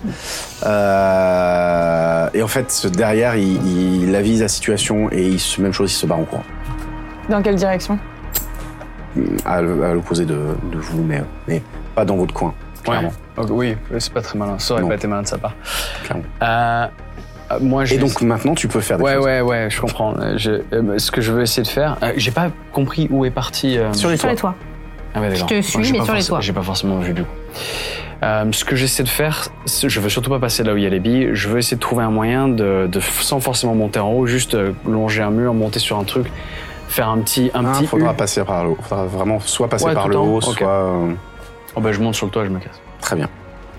Et en fait, derrière, il avise la situation et même chose, il se barre en courant. Dans quelle direction? À l'opposé de vous, mais pas dans votre coin, clairement. Ouais. Oui, c'est pas très malin. Ça aurait Non. pas été malin de sa part. Clairement. Moi, Et donc maintenant, tu peux faire des choses. Ouais, je comprends. Ce que je veux essayer de faire, j'ai pas compris où est parti. Sur les Sur les toits. toits. Ah ouais, d'accord. Je te suis, Moi, j'ai mais pas sur les toits. J'ai pas forcément vu du coup. Ce que j'essaie de faire, je veux surtout pas passer là où il y a les billes. Je veux essayer de trouver un moyen sans forcément monter en haut, juste longer un mur, monter sur un truc, faire un petit. Faudra U. passer par le haut. Faudra vraiment soit passer Ouais, par tout le le temps. haut, Ok. soit. Oh bah je monte sur le toit, je me casse. Très bien.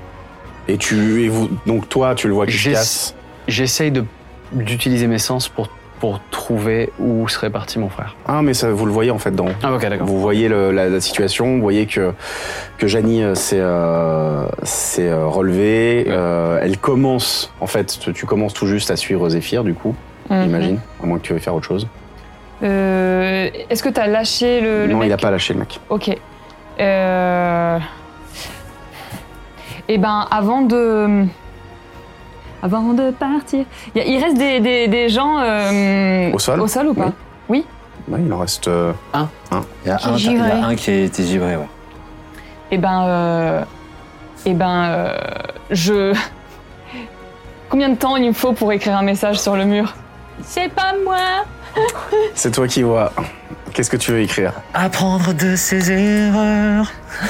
Donc toi, tu le vois qui se casse. J'essaye d'utiliser mes sens pour trouver où serait parti mon frère. Ah, mais ça, vous le voyez en fait dans. Ah ok, d'accord. Vous voyez la situation, vous voyez que Janie s'est relevée. Elle commence, en fait, tu commences tout juste à suivre Zéphyr, du coup, j'imagine, à moins que tu veuilles faire autre chose. Est-ce que t'as lâché le Non, mec? il a pas lâché le mec. Ok. Eh ben, avant de partir, il reste des gens Au sol ou pas? Oui. Ouais, il en reste Il y a Qui est givré. un qui a été givré, ouais. Combien de temps il me faut pour écrire un message sur le mur? C'est pas moi. C'est toi qui vois. Qu'est-ce que tu veux écrire? Apprendre de ses erreurs.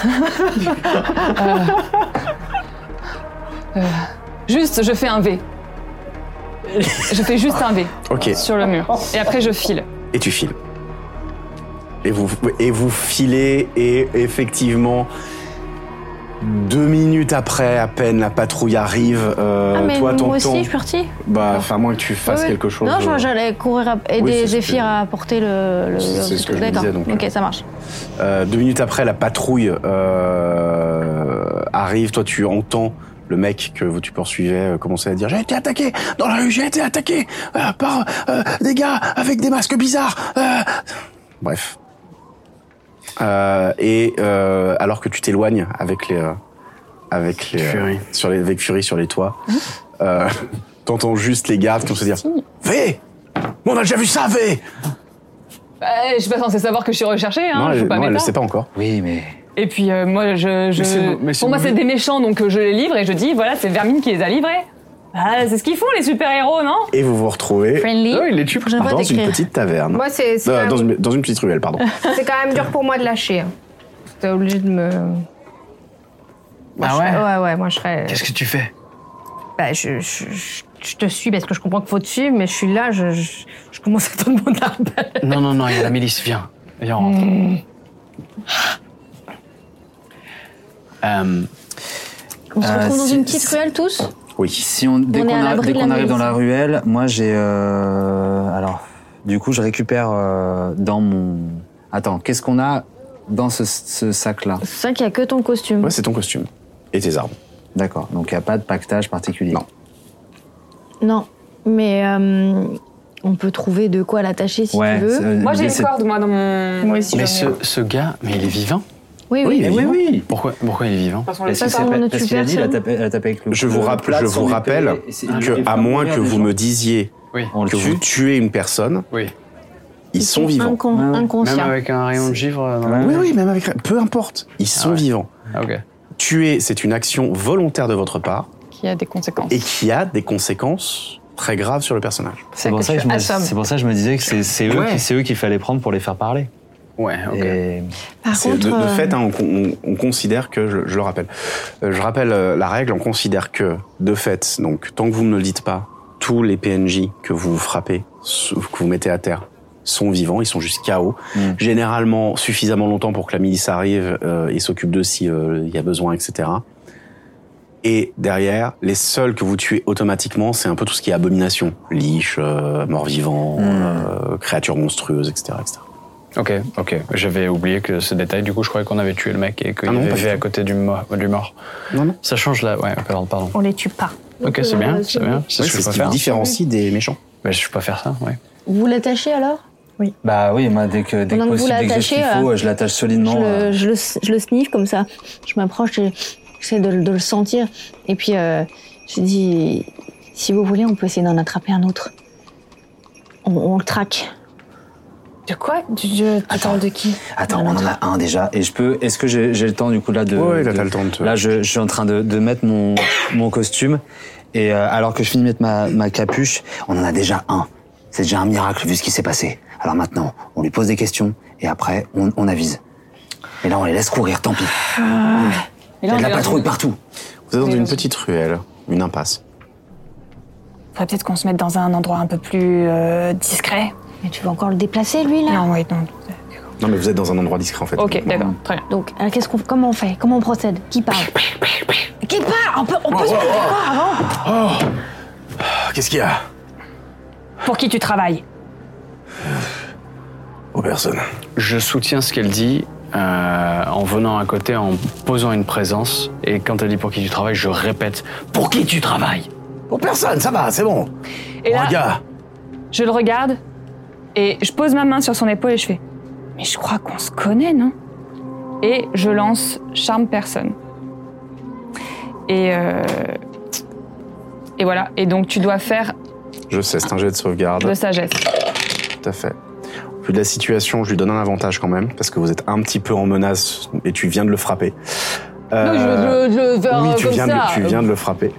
Juste, je fais un V. Je fais juste un V Ok. sur le mur. Et après, je file. Et tu files. Et vous filez et effectivement, 2 minutes après, à peine, la patrouille arrive. mais toi, moi aussi, je suis partie. Bah, enfin, à moins que tu fasses quelque chose. Non, j'allais courir aider Zéphyr à porter le. C'est ce que je me disais, donc. Ok, ça marche. 2 minutes après, la patrouille arrive. Toi, tu entends le mec que tu poursuivais commencer à dire « J'ai été attaqué dans la rue, j'ai été attaqué par des gars avec des masques bizarres. » Bref. Alors que tu t'éloignes avec Fury sur les toits, t'entends juste les gardes qui vont se dire « V ! On a déjà vu ça, V !» Je suis pas censée savoir que je suis recherchée, hein. Non, je pas elle le sait pas encore. Oui, mais... Et puis moi, pour moi, c'est des méchants, donc je les livre et je dis, voilà, c'est Vermine qui les a livrés. Ah, c'est ce qu'ils font, les super-héros, non? Et vous vous retrouvez Friendly. il les tue dans une petite taverne. Moi, c'est dans une petite ruelle, pardon. c'est quand même dur pour moi de lâcher. Hein. T'es obligé de me... Ah ouais? Ouais, moi je serais... Qu'est-ce que tu fais? Bah, je te suis parce que je comprends qu'il faut te suivre, mais je suis là, je commence à te demander la balle. Non, il y a la milice, viens, on rentre. On se retrouve dans une petite ruelle tous? Oui. Dès On est à l'abri dès de la qu'on arrive milice. dans la ruelle, moi j'ai... alors, du coup, je récupère dans mon... Attends, qu'est-ce qu'on a dans ce sac-là? C'est vrai qu'il y a que ton costume. Ouais, c'est ton costume. Et tes armes. D'accord, donc il n'y a pas de pactage particulier. Non. Non, mais on peut trouver de quoi l'attacher si tu veux. Moi, j'ai une corde, moi, dans mon... Moi aussi, Mais j'en ai. ce gars, mais il est vivant? Oui. Oui. Pourquoi il est vivant? Parce qu'on Parce le sait pas. parce qu'il a dit, il a tapé avec le... Je vous rappelle que, à moins que vous me disiez Oui. On le que vous tue. tuez une personne, Oui. ils sont vivants. Inconscients. Même avec un rayon de givre dans la... Oui, même avec... Peu importe, ils sont ouais. vivants. Ah, ok. Tuer, c'est une action volontaire de votre part Qui a des conséquences. et qui a des conséquences très graves sur le personnage. C'est pour ça que je me disais que c'est eux qu'il fallait prendre pour les faire parler. Ouais, ok. Et... Par C'est contre, de fait, hein, on considère que, je le rappelle, je rappelle la règle, on considère que, de fait, donc tant que vous ne le dites pas, tous les PNJ que vous frappez, que vous mettez à terre, sont vivants, ils sont juste KO. Généralement, suffisamment longtemps pour que la milice arrive et s'occupe d'eux s'il y a besoin, etc. Et derrière, les seuls que vous tuez automatiquement, c'est un peu tout ce qui est abomination. Liche, mort-vivant, créatures monstrueuses, etc. etc. Ok. J'avais oublié que ce détail. Du coup, je croyais qu'on avait tué le mec et qu'il Ah non, avait pas fait du à tout. côté du mort. Non. Ça change là. Ouais, pardon. On les tue pas. Ok, c'est bien. C'est Ouais, ce que c'est je ce peux qui faire. vous différencie des méchants. Mais je peux pas faire ça, ouais. vous l'attachez alors? Bah oui, moi, dès que Pendant que vous possible, dès que j'ai ce qu'il l'attachez, faut, je l'attache solidement. Je le sniffe comme ça. Je m'approche et j'essaie de le sentir. Et puis, je dis, si vous voulez, on peut essayer d'en attraper un autre. On le traque. De quoi? Tu parles de qui? Attends, on en a un déjà. Et est-ce que j'ai le temps du coup là de... Ouais, là, t'as le temps de te... Là, je suis en train de mettre mon costume. Et alors que je finis de mettre ma capuche, on en a déjà un. C'est déjà un miracle vu ce qui s'est passé. Alors maintenant, on lui pose des questions et après, on avise. Et là, on les laisse courir, tant pis. Il y a de la patrouille partout. Vous êtes dans une petite ruelle, une impasse. Faudrait peut-être qu'on se mette dans un endroit un peu plus discret. Mais tu veux encore le déplacer, lui, là? Non, oui, non. Non, mais vous êtes dans un endroit discret, en fait. Ok, d'accord, très bien. Donc, comment on fait? Comment on procède? Qui parle? Qui parle? On peut se faire quoi avant? Qu'est-ce qu'il y a? Pour qui tu travailles? Oh, personne. Je soutiens ce qu'elle dit en venant à côté, en posant une présence. Et quand elle dit pour qui tu travailles, je répète pour qui tu travailles. Oh, personne, ça va, c'est bon. Et là, Regarde. je le regarde et je pose ma main sur son épaule et je fais « Mais je crois qu'on se connaît, non ?» Et je lance « Charme personne ». Et voilà. Et donc, tu dois faire Je sais, c'est un jet de sauvegarde. de sagesse. Tout à fait. Au vu de la situation, je lui donne un avantage quand même, parce que vous êtes un petit peu en menace et tu viens de le frapper. Non, je le faire oui, tu comme viens, ça. tu viens de le frapper.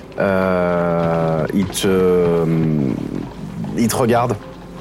Il te regarde.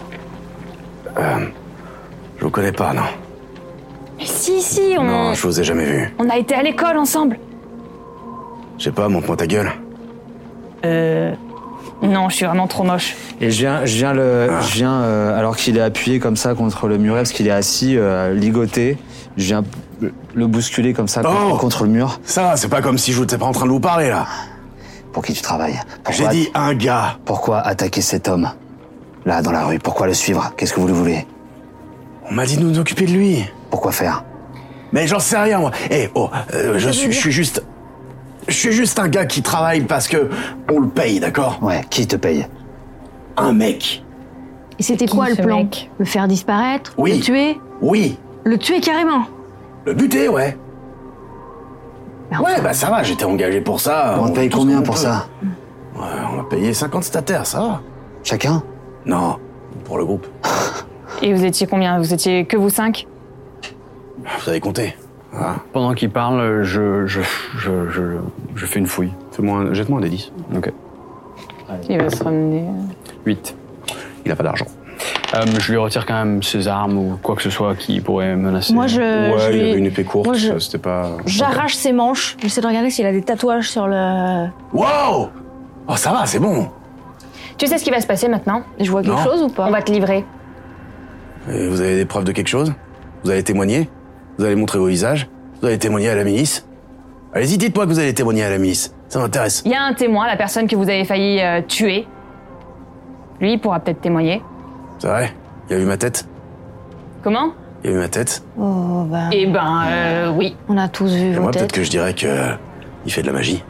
Je vous connais pas, non. Mais si, Non, je vous ai jamais vu. on a été à l'école ensemble. Je sais pas, montre-moi ta gueule. Non, je suis vraiment trop moche. Et je viens alors qu'il est appuyé comme ça contre le muret, parce qu'il est assis, ligoté, je viens le bousculer comme ça contre le mur. Ça, c'est pas comme si je n'étais pas en train de vous parler, là. Pour qui tu travailles? J'ai dit un gars. Pourquoi attaquer cet homme, là, dans la rue? Pourquoi le suivre? Qu'est-ce que vous lui voulez? On m'a dit de nous occuper de lui. Pourquoi faire? Mais j'en sais rien, moi. Je suis juste un gars qui travaille parce que on le paye, d'accord? Ouais, qui te paye? Un mec. Et c'était Qui, quoi le ce plan? mec Le faire disparaître? Oui. Le tuer? Oui. Le tuer carrément? Le buter, ouais. Mais enfin, Ouais, bah ça va, j'étais engagé pour ça. On te paye tout ce combien qu'on pour peut. ça? Ouais, on m'a payé 50 stataires, ça va. Chacun? Non, pour le groupe. Et vous étiez combien? Vous étiez que vous 5? Vous avez compté. Voilà. Pendant qu'il parle, je fais une fouille. Jette-moi un des 10. Ok. Il va se ramener. 8. Il a pas d'argent. Je lui retire quand même ses armes ou quoi que ce soit qui pourrait menacer. moi, je Ouais, il lui- avait une épée courte, moi, je- c'était pas... j'arrache ses manches. J'essaie de regarder s'il a des tatouages sur le... Wow! Oh, ça va, c'est bon. Tu sais ce qui va se passer maintenant? Je vois quelque Non. chose ou pas? On va te livrer. Et vous avez des preuves de quelque chose? Vous allez témoigner? Vous allez montrer vos visages? Vous allez témoigner à la milice? Allez-y, dites-moi que vous allez témoigner à la milice. Ça m'intéresse. Il y a un témoin, la personne que vous avez failli tuer. Lui, il pourra peut-être témoigner. C'est vrai? Il a vu ma tête? Comment? Il a vu ma tête? Oh, bah... Eh ben, oui. On a tous vu Et vos moi, peut-être têtes. que je dirais que il fait de la magie.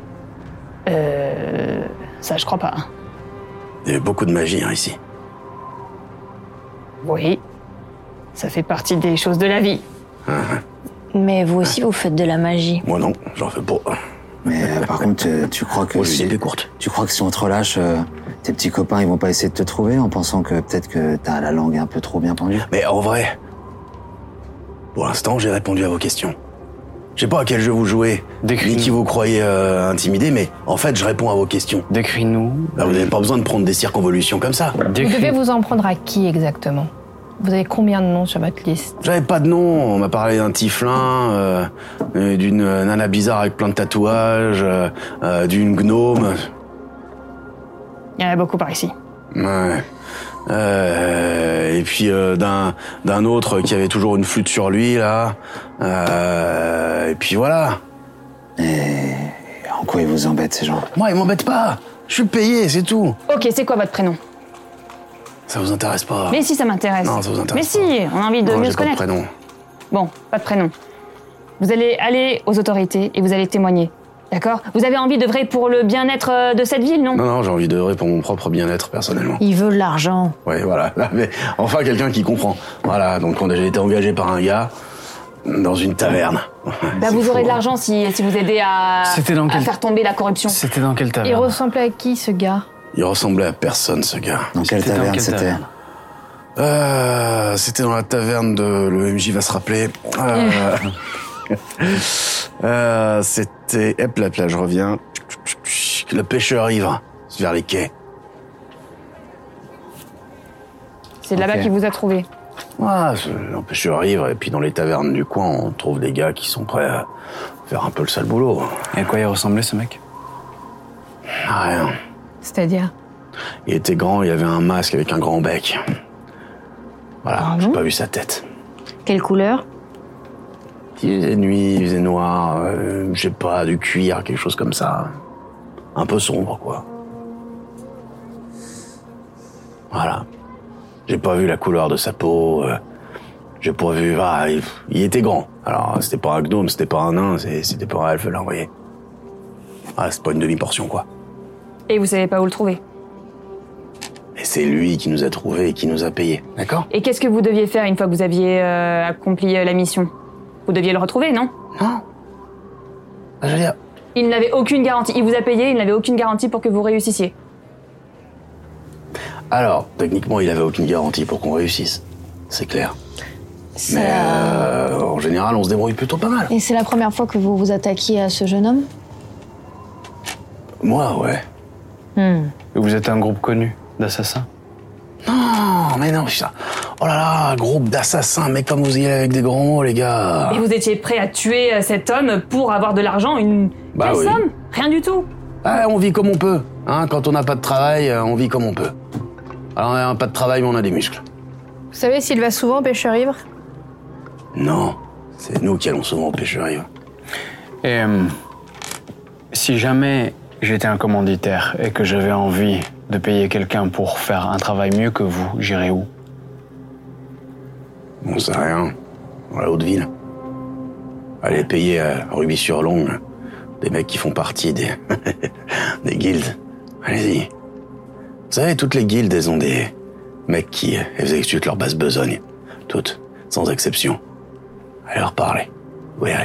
Ça, je crois pas. Il y a beaucoup de magie ici. Oui. Ça fait partie des choses de la vie. Mais vous aussi, vous faites de la magie. Moi non, j'en fais pas. Mais par contre, tu crois que Moi, j'ai une si, épée courte. tu crois que si on te relâche, tes petits copains, ils vont pas essayer de te trouver en pensant que peut-être que t'as la langue un peu trop bien pendue? Mais en vrai, pour l'instant, j'ai répondu à vos questions. Je sais pas à quel jeu vous jouez, Décris-nous. ni qui vous croyez intimider, mais en fait, je réponds à vos questions. Décris-nous. Bah, vous n'avez pas besoin de prendre des circonvolutions comme ça. Vous devez vous en prendre à qui exactement? Vous avez combien de noms sur votre liste? J'avais pas de nom, on m'a parlé d'un tiflin, d'une nana bizarre avec plein de tatouages, d'une gnome. Il y en a beaucoup par ici. Ouais. Et puis d'un autre qui avait toujours une flûte sur lui, là. Et puis voilà. En quoi ils vous embêtent, ces gens? Moi, ils m'embêtent pas. Je suis payé, c'est tout. Ok, c'est quoi votre prénom? Ça vous intéresse pas? Mais si, ça m'intéresse. Non, ça vous intéresse Mais si, on a envie de Non, mieux j'ai se pas de connaître. prénom. Bon, pas de prénom. Vous allez aller aux autorités et vous allez témoigner. D'accord? Vous avez envie d'œuvrer pour le bien-être de cette ville, non? Non, j'ai envie d'œuvrer pour mon propre bien-être, personnellement. Il veut de l'argent. Ouais, voilà. Mais enfin, quelqu'un qui comprend. Voilà, donc on a déjà été engagé par un gars dans une taverne. Bah, vous aurez de l'argent si vous aidez à faire tomber la corruption. C'était dans quelle Il taverne? ressemblait à qui, ce gars? Il ressemblait à personne, ce gars. Dans quelle C'était dans taverne quelle c'était? taverne C'était dans la taverne de... Le MJ va se rappeler. C'était... Hop là, je reviens. Le pêcheur ivre, vers les quais. C'est là-bas Ok. qu'il vous a trouvé. Ouais, c'est un pêcheur ivre. Et puis dans les tavernes du coin, on trouve des gars qui sont prêts à faire un peu le sale boulot. Et à quoi il ressemblait, ce mec? Rien. C'est-à-dire? Il était grand, il avait un masque avec un grand bec. Voilà, j'ai pas vu sa tête. Quelle couleur? Il faisait nuit, il faisait noir, je sais pas, du cuir, quelque chose comme ça. Un peu sombre, quoi. Voilà. J'ai pas vu la couleur de sa peau. J'ai pas vu... Ah, il était grand. Alors, c'était pas un gnome, c'était pas un nain, c'était pas un elfe, là, vous voyez. Ah, c'est pas une demi-portion, quoi. Et vous savez pas où le trouver. Et c'est lui qui nous a trouvés et qui nous a payés, d'accord? Et qu'est-ce que vous deviez faire une fois que vous aviez accompli la mission? Vous deviez le retrouver, non? Non. Je veux dire... Il n'avait aucune garantie. Il vous a payé, il n'avait aucune garantie pour que vous réussissiez. Alors, techniquement, il avait aucune garantie pour qu'on réussisse. C'est clair. Ça- Mais en général, on se débrouille plutôt pas mal. Et c'est la première fois que vous vous attaquiez à ce jeune homme? Moi, ouais. Vous êtes un groupe connu d'assassins? Non, mais non, ça. Oh là là, groupe d'assassins, mais comme vous y allez avec des grands mots, les gars. Et vous étiez prêt à tuer cet homme pour avoir de l'argent, une Bah quelle oui. somme? Rien du tout. Ah, on vit comme on peut. Hein, quand on n'a pas de travail, on vit comme on peut. Alors on n'a pas de travail, mais on a des muscles. Vous savez s'il va souvent au pêcheur-ivre? Non, c'est nous qui allons souvent au pêcheur-ivre. Et si jamais j'étais un commanditaire et que j'avais envie de payer quelqu'un pour faire un travail mieux que vous, j'irais où? On sait rien. Dans la haute ville. Allez payer à Ruby-sur-Longue des mecs qui font partie des des guildes. Allez-y. Vous savez, toutes les guildes, elles ont des mecs qui exécutent leur basse besogne. Toutes, sans exception. Allez leur parler. Vous verrez.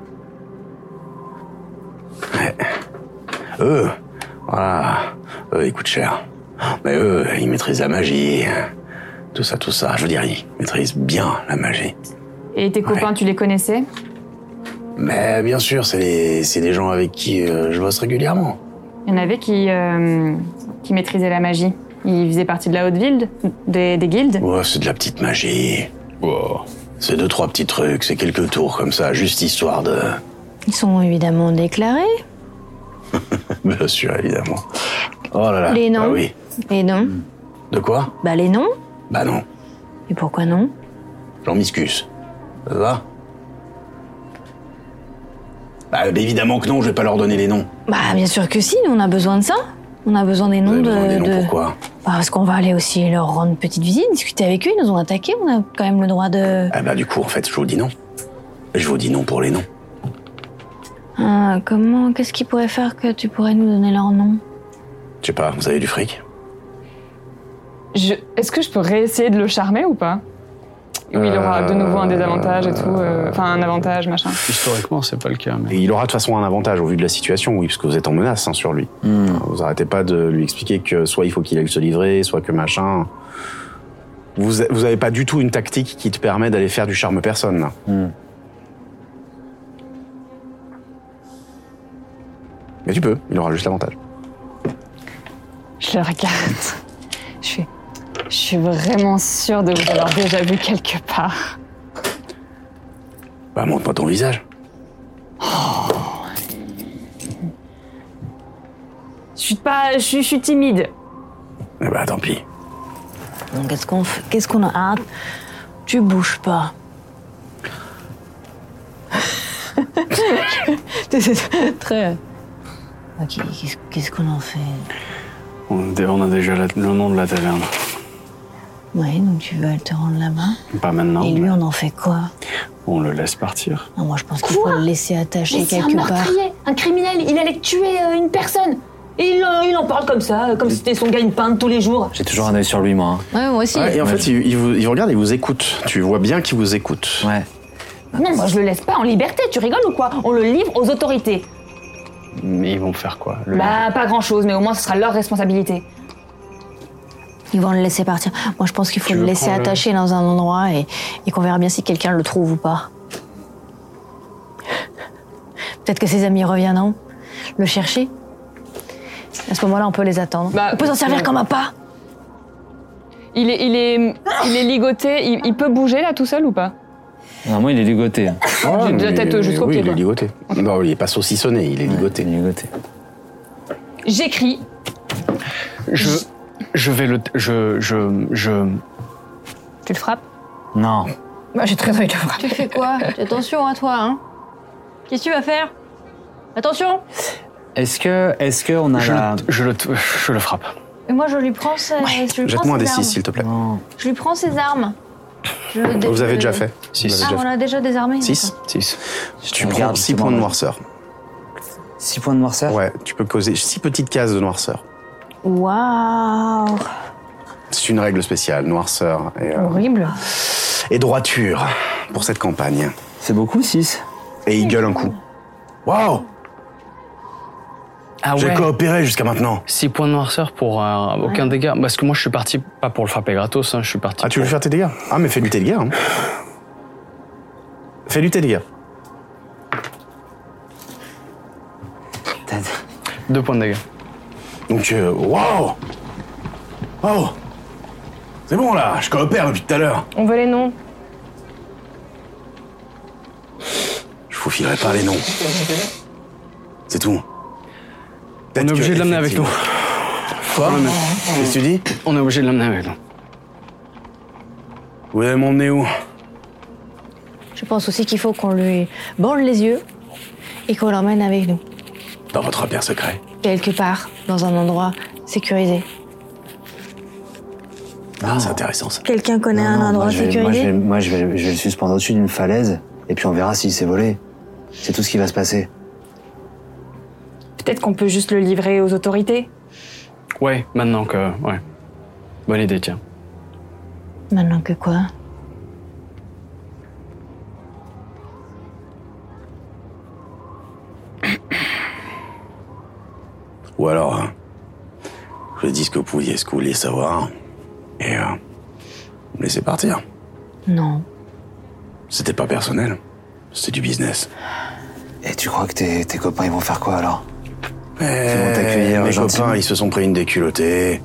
Ouais. Eux, voilà. Eux, ils coûtent cher. Mais eux, ils maîtrisent la magie. Tout ça. Je veux dire, ils maîtrisent bien la magie. Et tes copains, tu les connaissais? Mais bien sûr, c'est des gens avec qui je bosse régulièrement. Il y en avait qui maîtrisaient la magie. Ils faisaient partie de la haute ville, des guildes. Ouais, c'est de la petite magie. Wow. C'est 2-3 petits trucs, c'est quelques tours comme ça, juste histoire de... Ils sont évidemment déclarés. Bien sûr, évidemment. Oh là là. Les noms? Bah oui. Les noms? De quoi? Bah les noms. Bah non. Et pourquoi non? J'en m'excuse. Ça va? Bah évidemment que non, je vais pas leur donner les noms. Bah bien sûr que si, nous on a besoin de ça. On a besoin des noms Vous avez besoin des noms, pourquoi? Bah, parce qu'on va aller aussi leur rendre une petite visite, discuter avec eux, ils nous ont attaqués, on a quand même le droit de... Ah bah du coup, en fait, je vous dis non. Je vous dis non pour les noms. Ah, comment? Qu'est-ce qu'ils pourraient faire que tu pourrais nous donner leur nom? Je sais pas, vous avez du fric? Est-ce que je peux réessayer de le charmer ou pas? Ou il aura de nouveau un désavantage et tout, enfin un avantage, machin. Historiquement, c'est pas le cas. Mais... Et il aura de toute façon un avantage au vu de la situation, oui, parce que vous êtes en menace sur lui. Vous arrêtez pas de lui expliquer que soit il faut qu'il aille se livrer, soit que machin... Vous avez pas du tout une tactique qui te permet d'aller faire du charme personne, là. Mais tu peux, il aura juste l'avantage. Je le regarde. Je suis vraiment sûre de vous avoir déjà vu quelque part. Bah montre-moi ton visage. Je suis timide. Eh bah tant pis. Donc qu'est-ce qu'on fait? Qu'est-ce qu'on a? Ah, tu bouges pas. Très... Ok, qu'est-ce qu'on en fait? On a déjà le nom de la taverne. Ouais, donc tu veux te rendre là-bas? Pas maintenant. Et lui, on en fait quoi? On le laisse partir. Ah, moi, je pense qu'il faut le laisser attaché quelque part. Un criminel, il allait tuer une personne. Et il en parle comme ça, comme si c'était son gagne-pain de tous les jours. J'ai toujours un œil sur lui, moi. Ouais, moi aussi. Ouais, et en fait, il vous regarde, il vous écoute. Tu vois bien qu'il vous écoute. Ouais. Non, moi je le laisse pas en liberté, tu rigoles ou quoi? On le livre aux autorités. Mais ils vont faire quoi? Bah, pas grand-chose, mais au moins ce sera leur responsabilité. Ils vont le laisser partir. Moi, je pense qu'il faut le laisser attaché dans un endroit et qu'on verra bien si quelqu'un le trouve ou pas. Peut-être que ses amis reviendront le chercher. À ce moment-là, on peut les attendre. Bah, on peut s'en servir comme un pas. Il est ligoté, il peut bouger là tout seul ou pas? Non, moi, il est ligoté. J'ai de la tête jusqu'au oui, pied. il est ligoté. Non, il est pas saucissonné, il est ligoté. Il est ligoté. J'écris. Je vais le... Tu le frappes? Non. Bah, j'ai très envie de le frapper. Tu fais quoi? Attention à toi, hein. Qu'est-ce que tu vas faire? Attention. Est-ce que on a je le frappe. Et moi, je lui prends ses, Jette-moi un des 6, s'il te plaît. Non. Je lui prends ses armes. Vous avez déjà fait. 6. Ah, on a déjà désarmé. 6. 6. Tu prends 6 points de noirceur. 6 points de noirceur? Ouais, tu peux causer 6 petites cases de noirceur. Waouh. C'est une règle spéciale, noirceur Horrible. et droiture pour cette campagne. C'est beaucoup, 6? Et il gueule un coup. Waouh! Ah J'ai ouais. coopéré jusqu'à maintenant. 6 points de noirceur pour aucun dégât. Parce que moi, je suis parti pas pour le frapper gratos, hein, je suis parti Ah, tu veux faire tes dégâts? Ah, mais fais-lui tes dégâts. Hein. Fais-lui tes dégâts. 2 points de dégâts. Donc, waouh! Waouh! C'est bon là, je coopère depuis tout à l'heure. On veut les noms. Je vous filerai pas les noms. C'est tout. On est obligé de l'amener avec nous. Quoi? Qu'est-ce que tu dis? On est obligé de l'amener avec nous. Vous allez m'emmener où? Je pense aussi qu'il faut qu'on lui bande les yeux et qu'on l'emmène avec nous. Dans votre repère secret. Quelque part, dans un endroit sécurisé. Ah, c'est intéressant ça. Quelqu'un connaît un endroit sécurisé? Moi, je vais le suspendre au-dessus d'une falaise, et puis on verra s'il s'est volé. C'est tout ce qui va se passer. Peut-être qu'on peut juste le livrer aux autorités. Ouais, maintenant que... Ouais. Bonne idée, tiens. Maintenant que quoi? Ou alors, je dis ce que vous vouliez savoir, et me laissez partir. Non. C'était pas personnel, c'était du business. Et tu crois que tes copains, ils vont faire quoi, alors? Ils vont t'accueillir mes gentiment. copains, ils se sont pris une déculottée.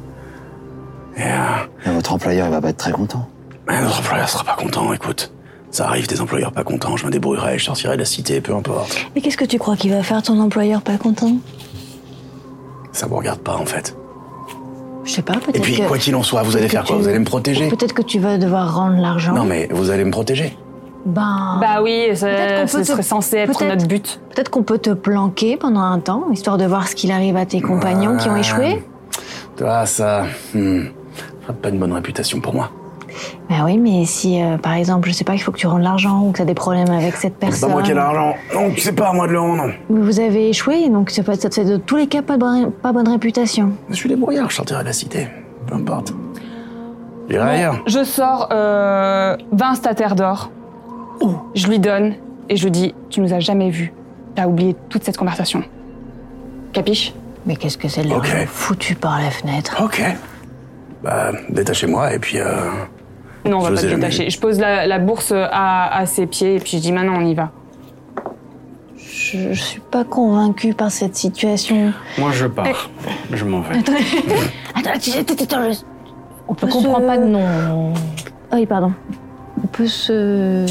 Et votre employeur, il va pas être très content. Mais notre employeur sera pas content, écoute. Ça arrive, des employeurs pas contents, je me débrouillerai, je sortirai de la cité, peu importe. Mais qu'est-ce que tu crois qu'il va faire ton employeur pas content? Ça vous regarde pas, en fait. Je sais pas, peut-être Et puis, que... quoi qu'il en soit, vous allez faire quoi? Vous allez me protéger? Peut-être que tu vas devoir rendre l'argent. Non, mais vous allez me protéger. Bah oui, Peut-être qu'on ce peut serait censé être peut-être- notre but. Peut-être qu'on peut te planquer pendant un temps, histoire de voir ce qu'il arrive à tes compagnons qui ont échoué. Toi, ça fera pas une bonne réputation pour moi. Bah oui, mais si, par exemple, je sais pas, il faut que tu rendes l'argent ou que tu as des problèmes avec cette C'est personne. pas moi qui ai l'argent, donc c'est pas à moi de le rendre. Mais vous avez échoué, donc ça fait de tous les cas pas bonne réputation. Je suis débrouillard, je sortirai de la cité. Peu importe. J'irai ailleurs. Je sors 20 stataires d'or. Je lui donne et je lui dis, tu nous as jamais vus. T'as oublié toute cette conversation. Capiche? Mais qu'est-ce que c'est de l'argent Ok. foutu par la fenêtre? Ok. Bah, détachez-moi et puis... Non, on va Je pas sais te jamais. détacher. Je pose la bourse à ses pieds et puis je dis, maintenant on y va. Je suis pas convaincue par cette situation. Moi, je pars. Je m'en vais. Attends, on peut comprends pas de nom. Ah oui, pardon. On peut se...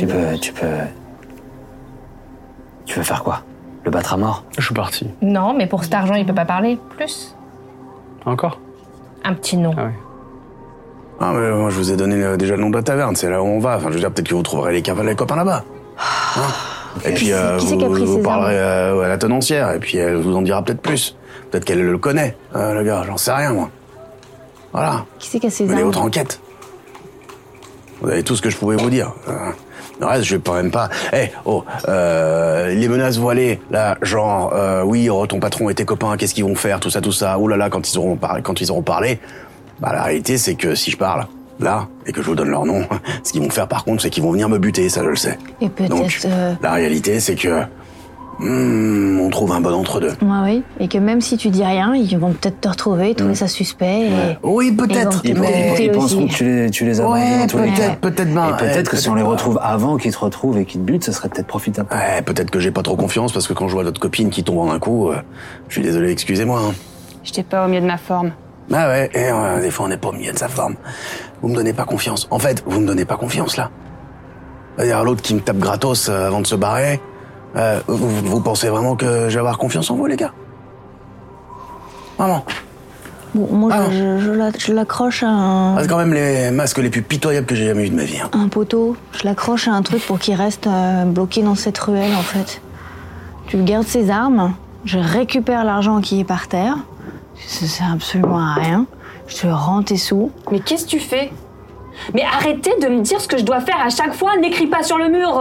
Tu veux faire quoi? Le battre à mort? Je suis parti. Non, mais pour cet argent, il peut pas parler. Plus. Encore? Un petit nom. Ah oui. Ah, mais moi, je vous ai donné déjà le nom de la taverne, c'est là où on va. Enfin, je veux dire, peut-être que vous trouverez les copains là-bas. Hein? Et puis, Qui c'est qui a pris vous ces parlerez à la tenancière, et puis elle vous en dira peut-être plus. Peut-être qu'elle le connaît, le gars, j'en sais rien, moi. Voilà. Qui c'est qui a ses Mais les armes? autres enquêtes. Vous avez tout ce que je pouvais vous dire. Le reste, je vais quand même pas... les menaces voilées, là, genre, oui, ton patron et tes copains, qu'est-ce qu'ils vont faire, tout ça, oh là là, quand ils auront parlé, bah la réalité, c'est que si je parle, là, et que je vous donne leur nom, ce qu'ils vont faire par contre, c'est qu'ils vont venir me buter, ça je le sais. Et peut-être... Donc, la réalité, c'est que... on trouve un bon entre-deux. Ouais, oui. Et que même si tu dis rien, ils vont peut-être te retrouver, trouver ça suspect. Et... Oui, peut-être. Ils vont te Ils buter penseront aussi. que tu les as Ouais, abandonnés dans tous les cas. peut-être bien. Et peut-être que si on les retrouve avant qu'ils te retrouvent et qu'ils te butent, ça serait peut-être profitable. Ouais, peut-être que j'ai pas trop confiance, parce que quand je vois notre copine qui tombe en un coup, je suis désolé, excusez-moi. Hein. J'étais pas au milieu de ma forme. Ah ouais, et des fois on n'est pas au milieu de sa forme. Vous me donnez pas confiance. En fait, vous me donnez pas confiance, là. C'est-à-dire l'autre qui me tape gratos avant de se barrer. Vous pensez vraiment que je vais avoir confiance en vous, les gars? Vraiment? Bon, moi, je l'accroche à un... C'est quand même les masques les plus pitoyables que j'ai jamais eu de ma vie. Hein. un poteau. Je l'accroche à un truc pour qu'il reste bloqué dans cette ruelle, en fait. Tu gardes ses armes, je récupère l'argent qui est par terre. Ça sert absolument à rien. Je te rends tes sous. Mais qu'est-ce que tu fais? Mais arrêtez de me dire ce que je dois faire à chaque fois. N'écris pas sur le mur.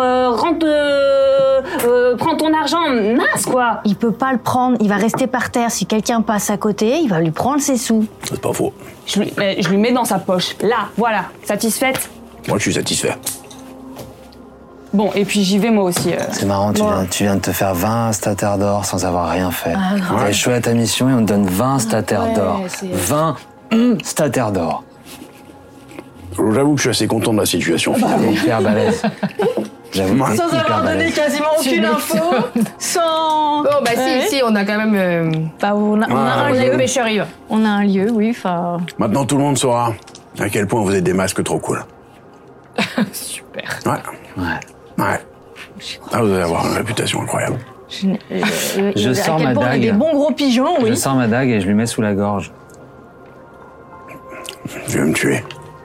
Prends ton argent. Naze, quoi. Il peut pas le prendre, il va rester par terre. Si quelqu'un passe à côté, il va lui prendre ses sous. C'est pas faux. Je lui mets dans sa poche. Là, voilà. Satisfaite? Moi, je suis satisfait. Bon, et puis j'y vais moi aussi. C'est marrant, tu viens de te faire 20 stataires d'or sans avoir rien fait. T'as échoué à ta mission et on te donne 20 stataires d'or. 20 stataires d'or. J'avoue que je suis assez content de la situation. T'es hyper balèze. J'avoue que t'es hyper balèze. quasiment aucune info. Sans... Bon, bah si, on a quand même... Bah, on a un le lieu. pêcheur y va. On a un lieu, oui, enfin... Maintenant, tout le monde saura à quel point vous êtes des masques trop cool. Super. Ouais. Ah, vous allez avoir une réputation incroyable. Je sors ma On a des dague. bons gros pigeons, Je oui. sors ma dague et je lui mets sous la gorge. Tu veux me tuer?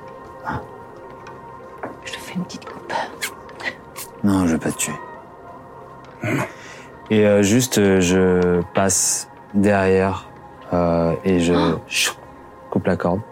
Je te fais une petite coupe. Non, je vais pas te tuer. Et je passe derrière et je coupe la corde.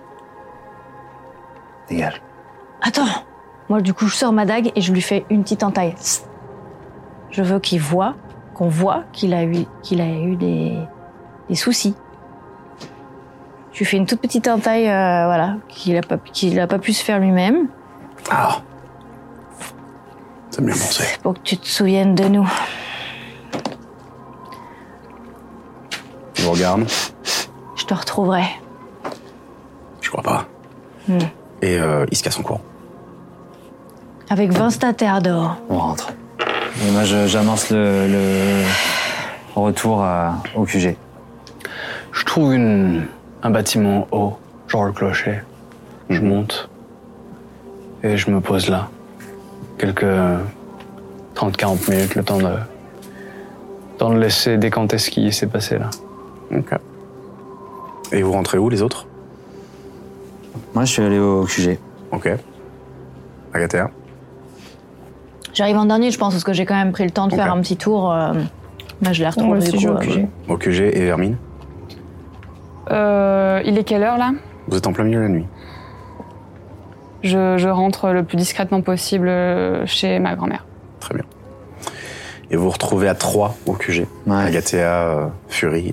Dégage. Attends. Moi, du coup, je sors ma dague et je lui fais une petite entaille. Je veux qu'on voit qu'il a eu des soucis. Tu fais une toute petite entaille, voilà, qu'il a pas pu se faire lui-même. Ah. C'est bien pensé. Pour que tu te souviennes de nous. Je vous regarde. Je te retrouverai. Je crois pas. Et il se casse en courant. Avec 20 stataires d'or. On rentre. Et moi, j'amorce le retour au QG. Je trouve un bâtiment haut, genre le clocher. Je monte et je me pose là. Quelques 30-40 minutes, le temps de laisser décanter ce qui s'est passé là. Ok. Et vous rentrez où, les autres? Moi, je suis allé au QG. Ok. Agathea? J'arrive en dernier, je pense, parce que j'ai quand même pris le temps de Ok. faire un petit tour. Moi, je l'ai retrouvé. Moi aussi, du je coup, vais au QG. Au QG et Hermine? Il est quelle heure là? Vous êtes en plein milieu de la nuit. Je rentre le plus discrètement possible chez ma grand-mère. Très bien. Et vous vous retrouvez à 3 au QG. Ouais. Agathea, Fury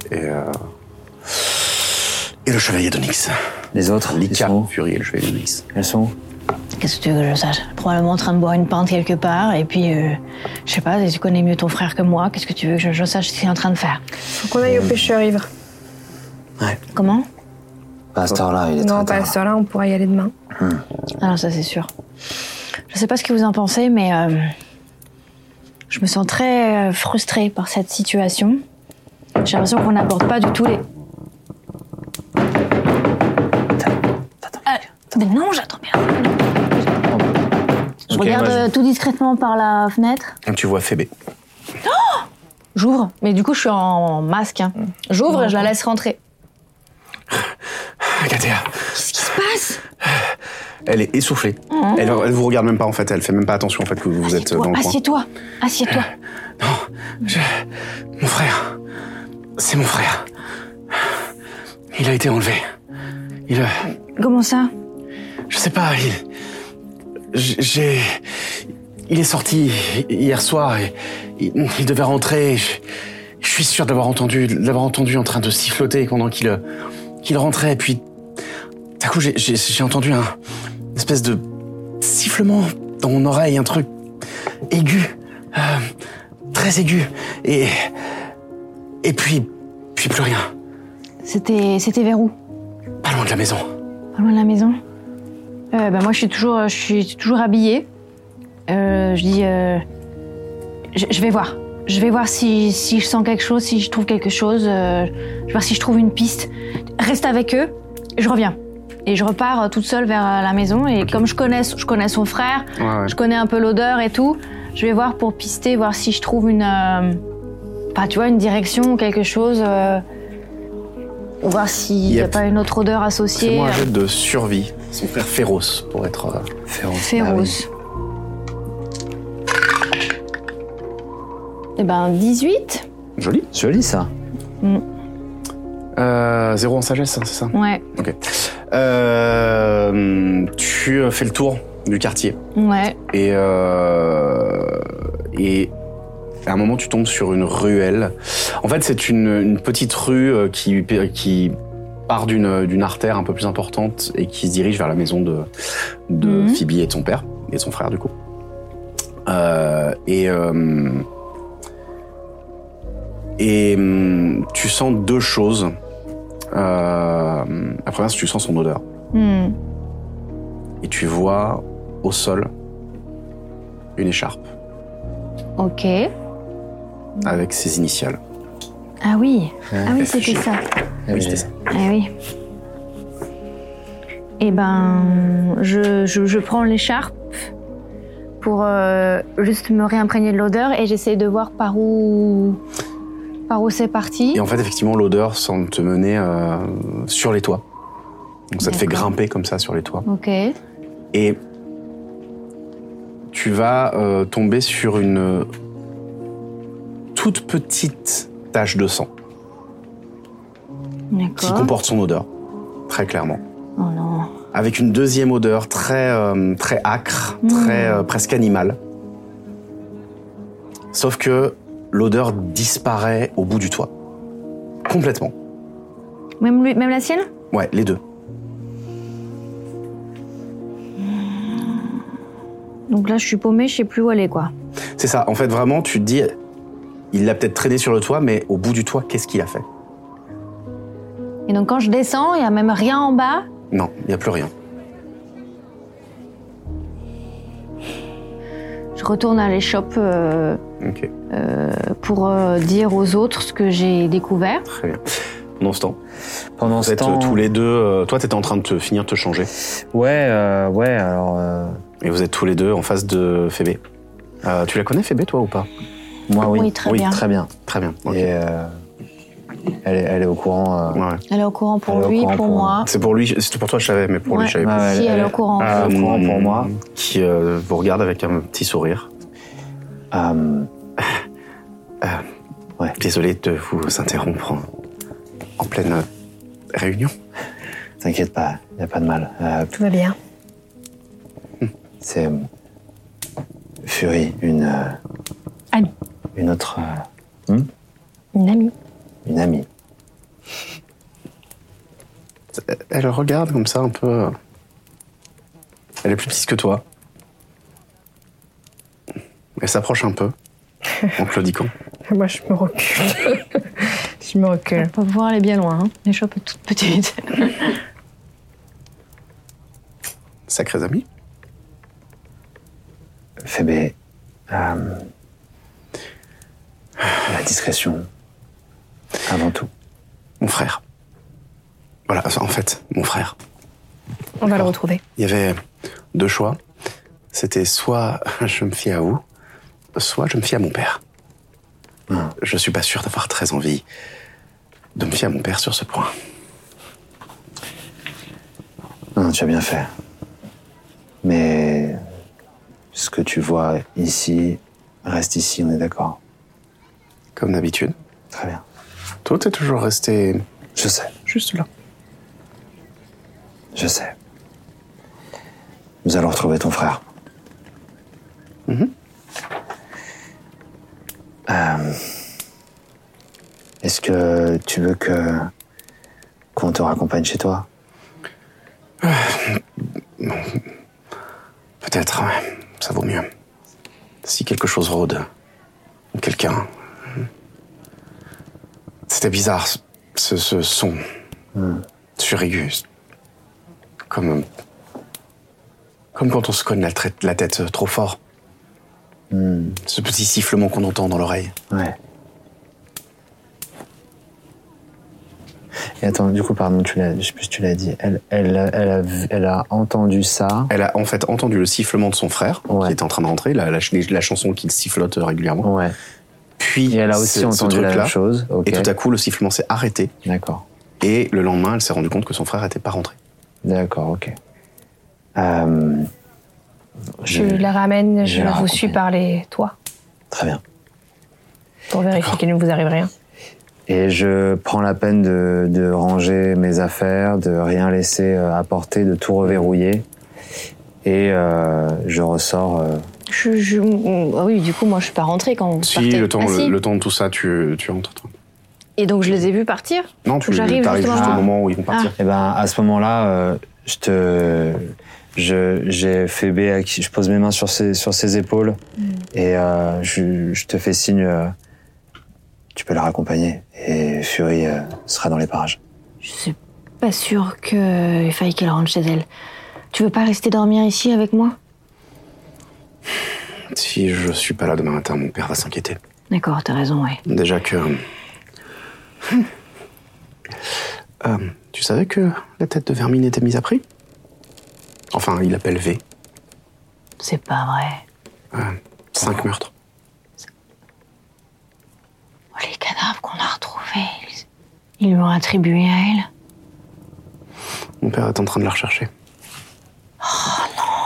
et le chevalier d'Onyx. Les autres, ils Lika, sont où? Fury et le chevalier d'Onyx. Elles sont où? Qu'est-ce que tu veux que je sache? Probablement en train de boire une pinte quelque part, et puis, je sais pas, tu connais mieux ton frère que moi. Qu'est-ce que tu veux que je sache ce qu'il est en train de faire? Faut qu'on aille au pêcheur ivre. Comment? Pas à cette heure-là, il est Non, très pas à tard. cette heure-là, on pourra y aller demain. Ah non, ça c'est sûr. Je sais pas ce que vous en pensez, mais je me sens très frustrée par cette situation. J'ai l'impression qu'on n'aborde pas du tout les... Mais non, j'attends bien. Je Ok, regarde vas-y. tout discrètement par la fenêtre. Tu vois Phébé. J'ouvre, mais du coup je suis en masque. Hein. J'ouvre et je la laisse rentrer. Agathea, Qu'est-ce qui se passe? elle est essoufflée. Elle vous regarde même pas en fait, elle fait même pas attention en fait que vous êtes dans le coin. Assieds-toi, assieds-toi. Mon frère, c'est mon frère. Il a été enlevé. Comment ça? Je sais pas, il est sorti hier soir et il devait rentrer. Je suis sûr de l'avoir entendu en train de siffloter pendant qu'il rentrait. Et puis, d'un coup, j'ai entendu une espèce de sifflement dans mon oreille, un truc aigu, très aigu. Et puis plus rien. C'était vers où? Pas loin de la maison. Pas loin de la maison. Moi, je suis toujours habillée. Je dis, je vais voir. Je vais voir si je sens quelque chose, si je trouve quelque chose. Je vais voir si je trouve une piste. Reste avec eux. Je reviens. Et je repars toute seule vers la maison. Et comme je connais son frère, Ouais. je connais un peu l'odeur et tout. Je vais voir pour pister, voir si je trouve une direction ou quelque chose. Voir s'il n'y a Yep. pas une autre odeur associée. Fais-moi un jet de survie. Son frère féroce, pour être Féroce. Féroce. Eh ben, 18. joli. Joli, ça. 0 en sagesse, hein, c'est ça? Ouais, Ok. Tu fais le tour du quartier ouais. et à un moment tu tombes sur une ruelle. En fait, c'est une petite rue qui part d'une artère un peu plus importante et qui se dirige vers la maison de Phoebe et de son père et de son frère du coup. Tu sens deux choses. La première, c'est que tu sens son odeur. Et tu vois au sol une écharpe Ok. avec ses initiales. Ah oui. Ah oui, FG. c'était ça. Oui, c'était ça. Ah oui. Eh ben, je prends l'écharpe pour juste me réimprégner de l'odeur et j'essaie de voir par où c'est parti. Et en fait, effectivement, l'odeur semble te mener sur les toits. Donc ça te fait grimper comme ça sur les toits. Ok. Et tu vas tomber sur une toute petite tache de sang qui D'accord. comporte son odeur, très clairement. Oh non. Avec une deuxième odeur très âcre, très presque animale. Sauf que l'odeur disparaît au bout du toit. Complètement. Même la sienne? Ouais, les deux. Donc là, je suis paumée, je sais plus où aller, quoi. C'est ça. En fait, vraiment, tu te dis, il l'a peut-être traîné sur le toit, mais au bout du toit, qu'est-ce qu'il a fait? Et donc quand je descends, il y a même rien en bas. Non, il n'y a plus rien. Je retourne à l'échoppe Ok, pour dire aux autres ce que j'ai découvert. très bien. Pendant ce temps, Pendant vous ce êtes temps... tous les deux... toi, t'étais en train de finir de te changer. Ouais, alors... Et vous êtes tous les deux en face de Phébé. Tu la connais, Phébé, toi, ou pas? moi, oui. Oui, très bien. Très bien. Très bien. ok. Et elle est au courant. Ouais. Elle est au courant pour Elle est au lui, courant pour pour moi. C'est pour lui, c'est pour toi, je savais, mais pour lui, Ouais. je savais pas. Ouais, Si, elle est au courant. Elle est au courant pour moi. Qui vous regarde avec un petit sourire. Ouais. Désolé de vous interrompre en pleine réunion. T'inquiète pas, y a pas de mal. Tout va bien. C'est Fury, une Amie. une autre, Une amie. une amie. Elle regarde comme ça un peu. Elle est plus petite que toi. Elle s'approche un peu en claudiquant. Moi, je me recule. Je me recule. On peut voir, elle est bien loin. Hein. L'échoppe est toute petite. Sacrés amis. Phébé, la discrétion, avant tout. Mon frère. Voilà, en fait, mon frère. On va le retrouver. Il y avait deux choix. C'était soit je me fie à vous, soit je me fie à mon père. Je suis pas sûr d'avoir très envie de me fier à mon père sur ce point. Non, tu as bien fait. Mais ce que tu vois ici reste ici, on est d'accord. Comme d'habitude. Très bien. Toi, t'es toujours resté Je sais, juste là. je sais. Nous allons retrouver ton frère. Est-ce que tu veux qu'on te raccompagne chez toi? Peut-être, ouais, ça vaut mieux. Si quelque chose rôde, ou quelqu'un... C'était bizarre, ce son suraigu. Comme quand on se cogne la tête trop fort. Ce petit sifflement qu'on entend dans l'oreille. Ouais. Et attends, du coup, pardon, je sais plus si tu l'as dit. Elle a entendu ça. Elle a en fait entendu le sifflement de son frère, Ouais. qui était en train de rentrer, la chanson qu'il sifflote régulièrement. Ouais. Puis, Et elle a aussi ce entendu la truc-là, même chose. Ok. Et tout à coup, le sifflement s'est arrêté. D'accord. Et le lendemain, elle s'est rendue compte que son frère n'était pas rentré. D'accord, ok. Je la ramène, je je la vous suis raccompagne. par les toits Très bien. pour vérifier qu'il ne vous arrive rien. Et je prends la peine de ranger mes affaires, de rien laisser à portée, de tout reverrouiller. Et je ressors. Ah oui, du coup, moi, je suis pas rentrée quand vous Si, partez. le temps, Ah, si. le temps de tout ça, tu rentres. toi. Et donc, je les ai vus partir. Non, tu J'arrive arrives juste justement. au moment où ils vont partir. Et ben à ce moment-là, j'ai Phébé à qui je pose mes mains sur ses épaules et je te fais signe. Tu peux la raccompagner et Fury sera dans les parages. Je suis pas sûre qu'il faille qu'elle rentre chez elle. Tu veux pas rester dormir ici avec moi? Si je suis pas là demain matin, mon père va s'inquiéter. D'accord, t'as raison, ouais. Déjà que... tu savais que la tête de Vermine était mise à prix? Enfin, il l'appelle V. C'est pas vrai. 5 meurtres. Les cadavres qu'on a retrouvés, ils lui ont attribué à elle. Mon père est en train de la rechercher. Oh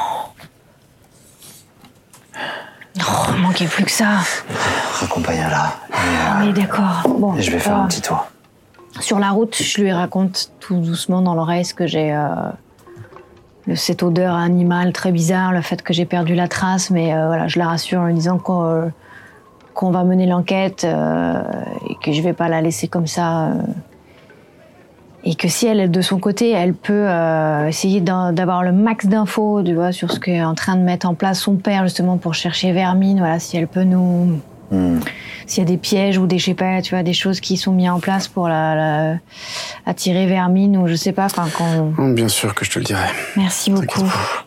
non. Oh, il manquait plus que ça. Raccompagne-la. Oui, d'accord. Bon, Et je vais faire un petit tour. Sur la route, je lui raconte tout doucement dans l'oreille ce que j'ai... cette odeur animale très bizarre, le fait que j'ai perdu la trace, mais voilà, je la rassure en lui disant qu'on va mener l'enquête et que je vais pas la laisser comme ça. Et que si elle, de son côté, elle peut essayer d'avoir le max d'infos, tu vois, sur ce qu'est en train de mettre en place son père, justement, pour chercher Vermine, voilà, si elle peut nous... S'il y a des pièges ou des, je sais pas, tu vois, des choses qui sont mises en place pour attirer Vermine ou je sais pas, enfin quand... Bien sûr que je te le dirai. Merci beaucoup.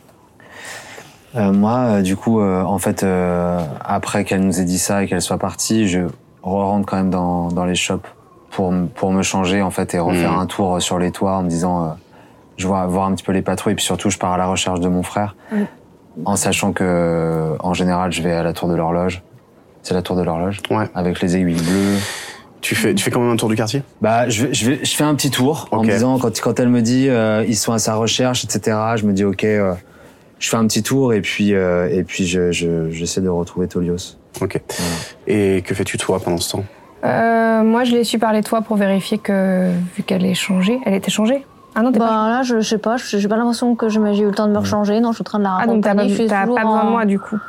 Moi, du coup, en fait, après qu'elle nous ait dit ça et qu'elle soit partie, je rentre quand même dans les shops pour me changer, en fait, et refaire un tour sur les toits en me disant, je vais voir un petit peu les patrouilles, et puis surtout, je pars à la recherche de mon frère, en sachant que, en général, je vais à la tour de l'horloge. C'est la tour de l'horloge. Ouais. Avec les aiguilles bleues. Tu fais quand même un tour du quartier? Bah, je fais un petit tour en me disant, quand elle me dit, ils sont à sa recherche, etc., je me dis, ok, je fais un petit tour et puis j'essaie de retrouver Tolios. Ok. Et que fais-tu toi pendant ce temps? Moi, je l'ai su par les toits pour vérifier que, vu qu'elle est changée, elle était changée. Ah non, t'es pas... là, je sais pas, j'ai pas l'impression que j'ai eu le temps de me rechanger. Non, je suis en train de la raccompagner. Ah, donc t'as pas besoin de moi, du coup.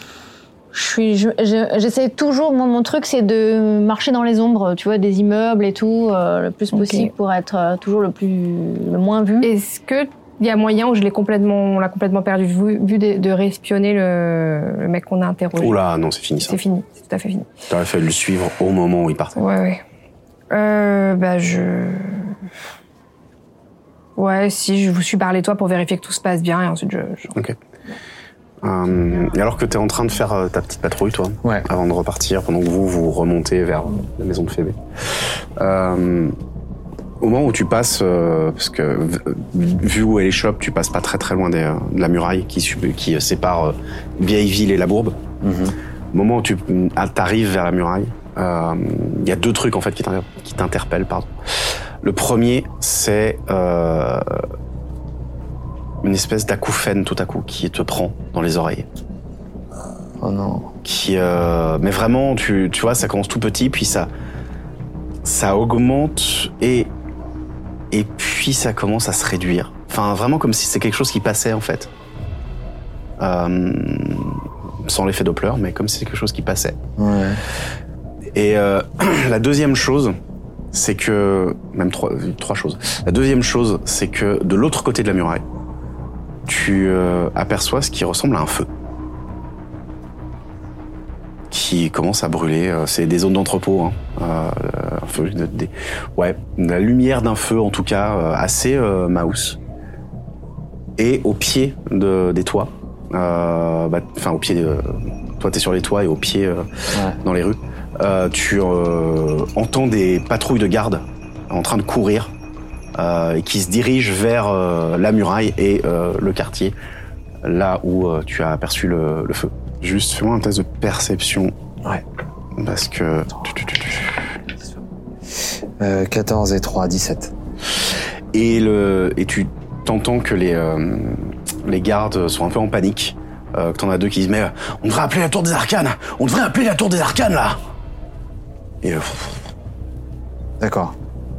J'essaie toujours, mon truc c'est de marcher dans les ombres, tu vois, des immeubles et tout, le plus possible pour être toujours le moins vu. Est-ce que il y a moyen où on l'a complètement perdu de vue de réespionner le mec qu'on a interrogé? Oula, non, c'est fini ça. C'est fini, c'est tout à fait fini. T'aurais fallu le suivre au moment où il partait. Ouais. Ouais, si, je vous suis par les toits pour vérifier que tout se passe bien et ensuite Ok. Et alors que t'es en train de faire ta petite patrouille, toi, avant de repartir, pendant que vous remontez vers la maison de Phébé, au moment où tu passes, parce que vu où est les shops, tu passes pas très très loin de la muraille qui sépare Vieilleville et La Bourbe. Au moment où tu t'arrives vers la muraille, il y a deux trucs en fait qui t'interpellent, pardon. Le premier, c'est une espèce d'acouphène tout à coup qui te prend dans les oreilles. Oh non. Mais vraiment, tu vois, ça commence tout petit, puis ça augmente et puis ça commence à se réduire. Enfin, vraiment comme si c'est quelque chose qui passait en fait. Sans l'effet Doppler, mais comme si c'est quelque chose qui passait. Ouais. Et la deuxième chose, c'est que... Même trois choses. La deuxième chose, c'est que de l'autre côté de la muraille, tu aperçois ce qui ressemble à un feu. Qui commence à brûler. C'est des zones d'entrepôt. Hein. Un feu, la lumière d'un feu, en tout cas, assez mouse. Et au pied des toits, au pied... toi, t'es sur les toits et au pied, dans les rues, tu entends des patrouilles de garde en train de courir et qui se dirigent vers la muraille et le quartier, là où tu as aperçu le feu. Juste, fais-moi un test de perception. Ouais. Parce que... 14 et 3, 17. Et tu t'entends que les gardes sont un peu en panique. Que t'en as deux qui disent « Mais on devrait appeler la tour des arcanes! On devrait appeler la tour des arcanes, là !» Et D'accord.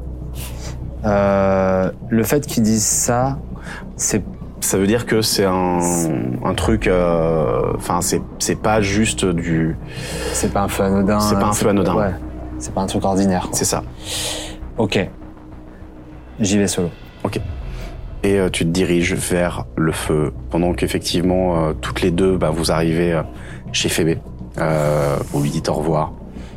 Le fait qu'ils disent ça, ça veut dire que c'est un truc... Enfin, c'est pas juste du... C'est pas un feu anodin. C'est pas un feu anodin. Ouais. C'est pas un truc ordinaire, quoi. C'est ça. Ok. J'y vais solo. Ok. Et tu te diriges vers le feu, pendant qu'effectivement, toutes les deux, vous arrivez chez Phébé. Vous lui dites au revoir.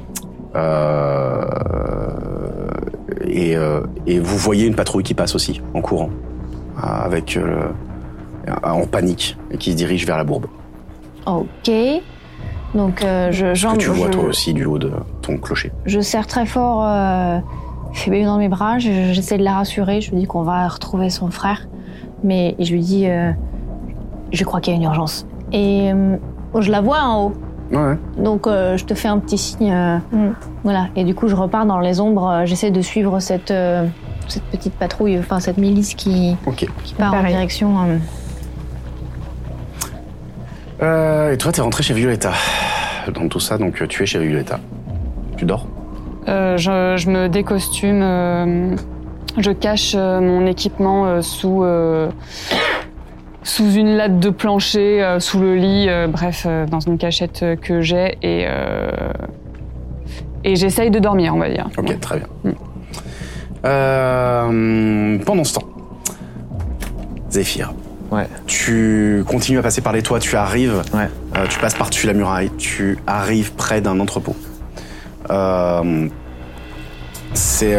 Et vous voyez une patrouille qui passe aussi, en courant, avec en panique, et qui se dirige vers la Bourbe. Ok. Donc, que tu vois toi aussi du haut de ton clocher. Je serre très fort Phébé dans mes bras, j'essaie de la rassurer, je lui dis qu'on va retrouver son frère, mais je lui dis, je crois qu'il y a une urgence. Et je la vois en haut. Ouais. Donc je te fais un petit signe. Voilà. Et du coup, je repars dans les ombres. J'essaie de suivre cette petite patrouille, enfin cette milice qui part en direction. Et toi, t'es rentré chez Violetta. Dans tout ça, donc tu es chez Violetta. Tu dors? Je me décostume. Je cache mon équipement sous une latte de plancher, sous le lit, dans une cachette que j'ai et j'essaye de dormir, on va dire. Ok, très bien. Pendant ce temps, Zéphyr, tu continues à passer par les toits, tu arrives, tu passes par-dessus la muraille, tu arrives près d'un entrepôt. C'est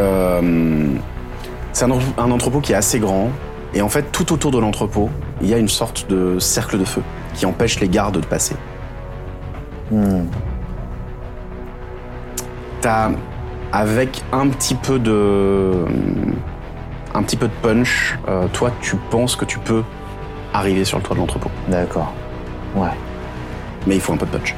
un entrepôt qui est assez grand, et en fait, tout autour de l'entrepôt, il y a une sorte de cercle de feu qui empêche les gardes de passer. T'as, avec un petit peu de punch, toi, tu penses que tu peux arriver sur le toit de l'entrepôt. D'accord. Ouais. Mais il faut un peu de punch.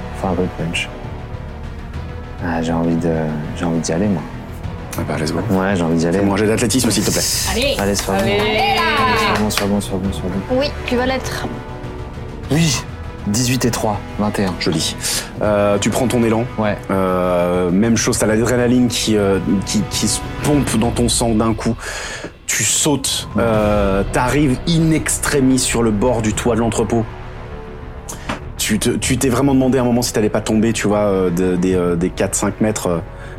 Ah, j'ai envie d'y aller, moi. Ouais, bah, let's go. Ouais, j'ai envie d'y aller. Fais-moi un jet d'athlétisme, s'il te plaît. Allez, sois bon. Sois bon. Oui, tu vas l'être. Oui. 18 et 3, 21. Joli. Tu prends ton élan. Ouais. Même chose, t'as l'adrénaline qui se pompe dans ton sang d'un coup. Tu sautes, t'arrives in extremis sur le bord du toit de l'entrepôt. Tu t'es vraiment demandé à un moment si t'allais pas tomber, tu vois, des 4-5 mètres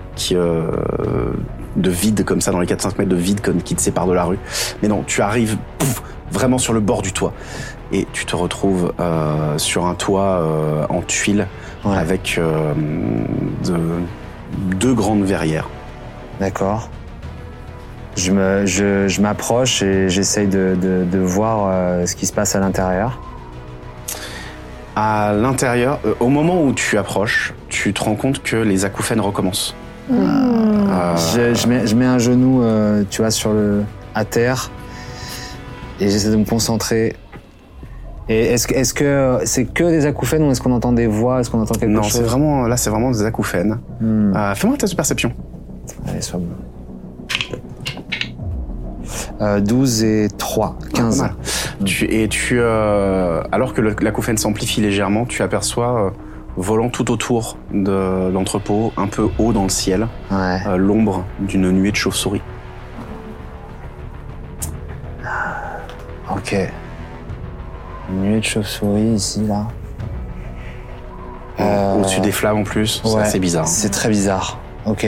de vide comme ça, dans les 4-5 mètres de vide qui te séparent de la rue. Mais non, tu arrives vraiment sur le bord du toit. Et tu te retrouves sur un toit en tuiles avec deux grandes verrières. D'accord. Je m'approche et j'essaye de voir ce qui se passe à l'intérieur. À l'intérieur, au moment où tu approches, tu te rends compte que les acouphènes recommencent. Je mets un genou, tu vois, à terre et j'essaie de me concentrer. Et est-ce que c'est que des acouphènes ou est-ce qu'on entend des voix, est-ce qu'on entend quelque chose? Non, c'est vraiment des acouphènes. Fais-moi un test de perception. Allez, sois bon. 12 et 3, 15. Alors que l'acouphène s'amplifie légèrement, tu aperçois, volant tout autour de l'entrepôt, un peu haut dans le ciel, l'ombre d'une nuée de chauves-souris. Ok. Une nuée de chauves-souris ici, là. Au-dessus des flammes en plus, c'est assez bizarre. C'est très bizarre. Ok.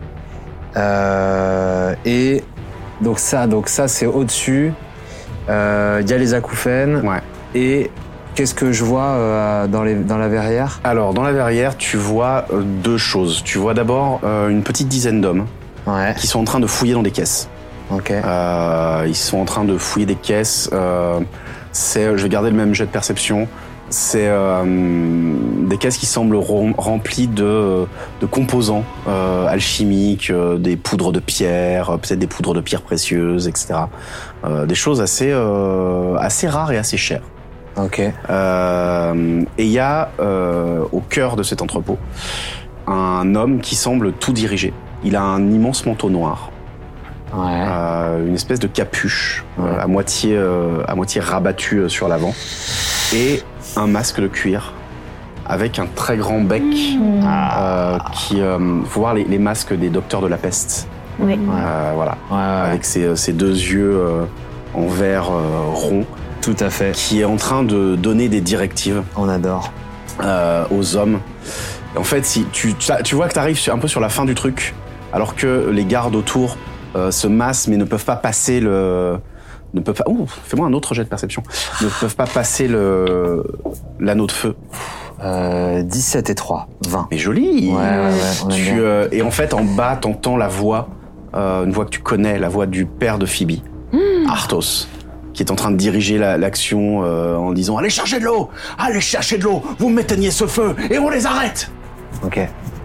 Et donc ça c'est au-dessus. Il y a les acouphènes. Ouais. Et qu'est-ce que je vois dans la verrière? Alors, dans la verrière, tu vois deux choses. Tu vois d'abord une petite dizaine d'hommes qui sont en train de fouiller dans des caisses. Ok. Ils sont en train de fouiller des caisses. Je vais garder le même jet de perception. C'est des caisses qui semblent remplies de composants alchimiques, des poudres de pierre, peut-être des poudres de pierres précieuses, etc. Des choses assez rares et assez chères. Ok. Et il y a au cœur de cet entrepôt un homme qui semble tout diriger. Il a un immense manteau noir. Une espèce de capuche à moitié rabattue sur l'avant et un masque de cuir avec un très grand bec qui faut voir les masques des docteurs de la peste. Oui. Voilà. Avec ses deux yeux en verre rond. Tout à fait. Qui est en train de donner des directives. On adore. Aux hommes. Et en fait, si tu vois que tu arrives un peu sur la fin du truc, alors que les gardes autour se massent mais ne peuvent pas passer fais-moi un autre jet de perception. Ne peuvent pas passer l'anneau de feu. 17 et 3, 20. Mais joli. Ouais, et en fait, en bas, t'entends la voix, une voix que tu connais, la voix du père de Phoebe, Arthos, qui est en train de diriger l'action en disant « Allez chercher de l'eau, vous m'éteignez ce feu et on les arrête !» Ok.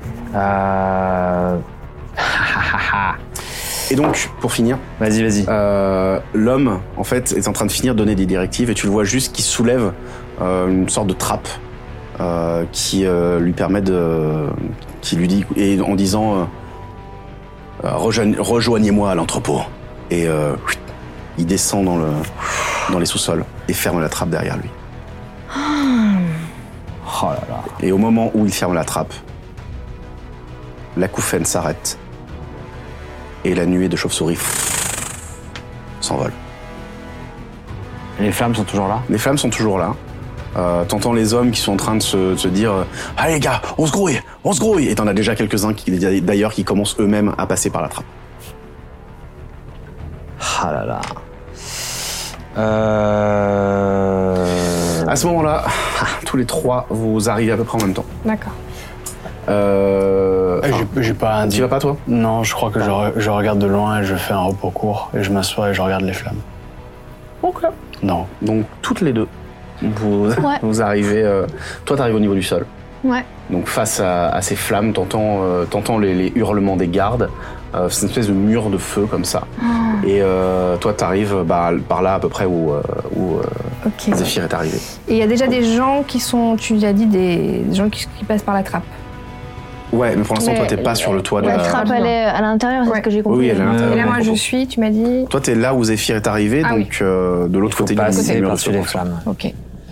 Et donc, pour finir... Vas-y. L'homme, en fait, est en train de finir de donner des directives et tu le vois juste qui soulève une sorte de trappe qui lui permet qui lui dit, et en disant rejoignez-moi à l'entrepôt. Et il descend dans les sous-sols et ferme la trappe derrière lui. Oh là là. Et au moment où il ferme la trappe, l'acouphène s'arrête et la nuée de chauves-souris s'envole. Les flammes sont toujours là? Les flammes sont toujours là. T'entends les hommes qui sont en train de se dire « Allez les gars, on se grouille !» Et t'en as déjà quelques-uns d'ailleurs qui commencent eux-mêmes à passer par la trappe. Ah là là. À ce moment-là, tous les trois, vous arrivez à peu près en même temps. D'accord. J'ai pas un... Tu vas pas, toi? Non, je crois que je regarde de loin et je fais un repos court et je m'assois et je regarde les flammes. Ok. Non. Donc, toutes les deux, vous arrivez... toi, t'arrives au niveau du sol. Ouais. Donc, face à ces flammes, t'entends les hurlements des gardes. C'est une espèce de mur de feu, comme ça. Et toi, t'arrives par là, à peu près, où Zéphyr est arrivé. Et il y a déjà des gens qui sont, tu l'as dit, des gens qui passent par la trappe. Ouais, mais pour l'instant, toi, t'es pas sur le toit de La trappe, elle est à l'intérieur, c'est ce que j'ai compris. Oui, elle est à l'intérieur. Et là, moi, je suis, tu m'as dit... Toi, t'es là où Zéphyr est arrivé, donc de l'autre côté du mur de par-dessus feu. les flammes. Ok.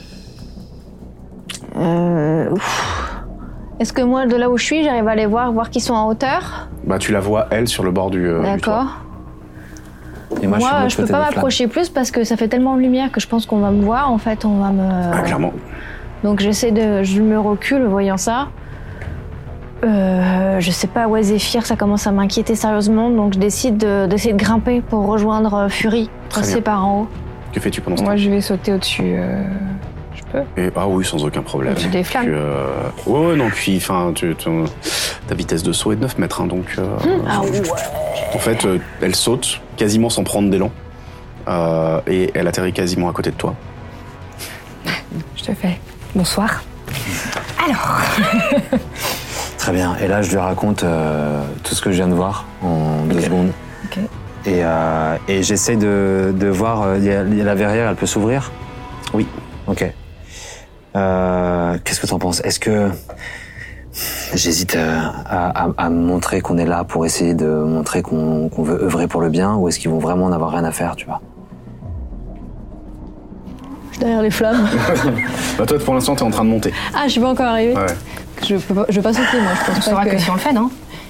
Est-ce que moi, de là où je suis, j'arrive à les voir qu'ils sont en hauteur? Bah, tu la vois, elle, sur le bord du toit. D'accord. Et moi, Je peux pas m'approcher plus parce que ça fait tellement de lumière que je pense qu'on va me voir. En fait, on va me... Ah, clairement. Donc je me recule, voyant ça. Je sais pas, Zéphyr, ça commence à m'inquiéter sérieusement, donc je décide d'essayer de grimper pour rejoindre Fury, passer par en haut. Que fais-tu pendant ce temps? Moi, je vais sauter au-dessus. Je peux? Ah oui, sans aucun problème. Au-dessus des flammes. Ouais, non, puis ta vitesse de saut est de 9 mètres, hein, donc... Ah ouais. En fait, elle saute, quasiment sans prendre d'élan, et elle atterrit quasiment à côté de toi. Je te fais. Bonsoir. Alors. Très bien. Et là, je lui raconte tout ce que je viens de voir en 2 secondes. Ok. Et j'essaie de voir. La verrière, elle peut s'ouvrir? Oui. Ok. Qu'est-ce que t'en penses? Est-ce que j'hésite à montrer qu'on est là pour essayer de montrer qu'on veut œuvrer pour le bien, ou est-ce qu'ils vont vraiment en avoir rien à faire, tu vois? Je suis derrière les flammes. Bah toi, pour l'instant, t'es en train de monter. Ah, je suis pas encore arrivée. Ouais. Je veux pas sauter, moi. Je pense On saura que si on le fait, non?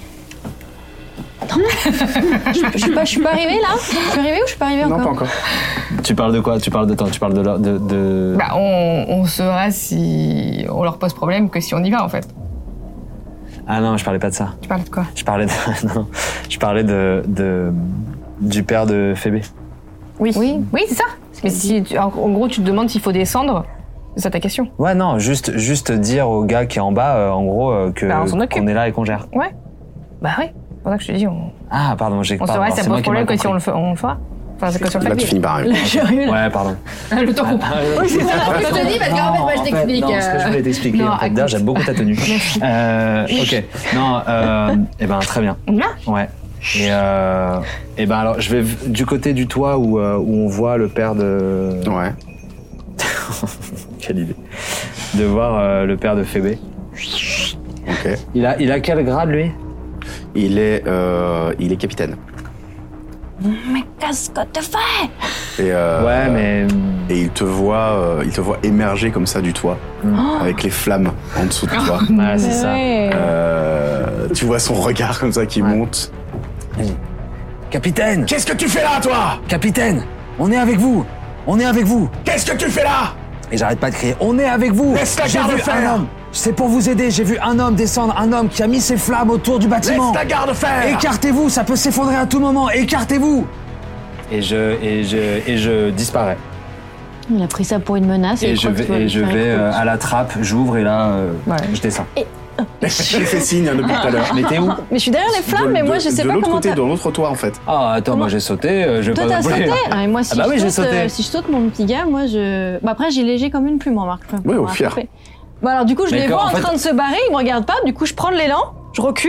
Je suis pas arrivée là? Je suis arrivée ou je suis pas arrivée encore? Non, pas encore. Tu parles de quoi? Tu parles de... Bah, on saura si on leur pose problème que si on y va, en fait. Ah non, je parlais pas de ça. Tu parlais de quoi? Je parlais non, je parlais du père de Phébé. Oui, c'est ça. Mais si, en gros, tu te demandes s'il faut descendre, c'est ça ta question? Ouais, non, juste dire au gars qui est en bas, en gros, qu'on est là et qu'on gère. Ouais. Bah oui. C'est pour ça que je te dis, Ah, pardon, on saura si ça pose problème que si on le fera. Enfin, c'est que sur le Là, tu papier. finis par arriver. Là, je suis arrivée. Ouais, pardon. Le temps qu'on... Oui, c'est ça. Je te dis parce qu'en fait, moi, je t'explique. Non, ce que je voulais t'expliquer, Non, en fait, d'ailleurs, j'aime beaucoup ta tenue. Ok. Non, très bien. On y va? Ouais. Et ben alors, je vais du côté du toit où on voit le père de... Ouais. Quelle idée. De voir le père de Phébé. Ok. Il a quel grade, lui? Il est capitaine. Mais qu'est-ce que tu fais? Et, Ouais, mais... Et il te voit émerger comme ça du toit, avec les flammes en dessous de toi. Ouais, c'est ça. Ouais. Tu vois son regard comme ça qui monte. Capitaine! Qu'est-ce que tu fais là, toi? Capitaine! On est avec vous! On est avec vous! Qu'est-ce que tu fais là? Et j'arrête pas de crier, on est avec vous! Laisse la J'ai garde vu faire. un homme! C'est pour vous aider, j'ai vu un homme descendre, un homme qui a mis ses flammes autour du bâtiment! Laisse ta garde faire. Écartez-vous, ça peut s'effondrer à tout moment, écartez-vous! Et je disparais. Il a pris ça pour une menace. Et je vais à la trappe, j'ouvre et là, je descends. J'ai fait signe depuis tout à l'heure. Mais t'es où? Mais je suis derrière les flammes, mais moi, je sais de pas l'autre comment côté, t'as... de l'autre toit, en fait. Ah, attends, moi j'ai sauté, je vais Toi, pas t'as non plus. sauté? Ah, mais moi, si, Ah bah oui, j'ai sauté. Si je saute, mon petit gars, moi, je... Bah après, j'ai léger comme une plume, remarque. Oui, au fier. Bah alors, du coup, je Mais les quand, vois en en fait- train de se barrer, ils me regardent pas, du coup, je prends de l'élan, je recule.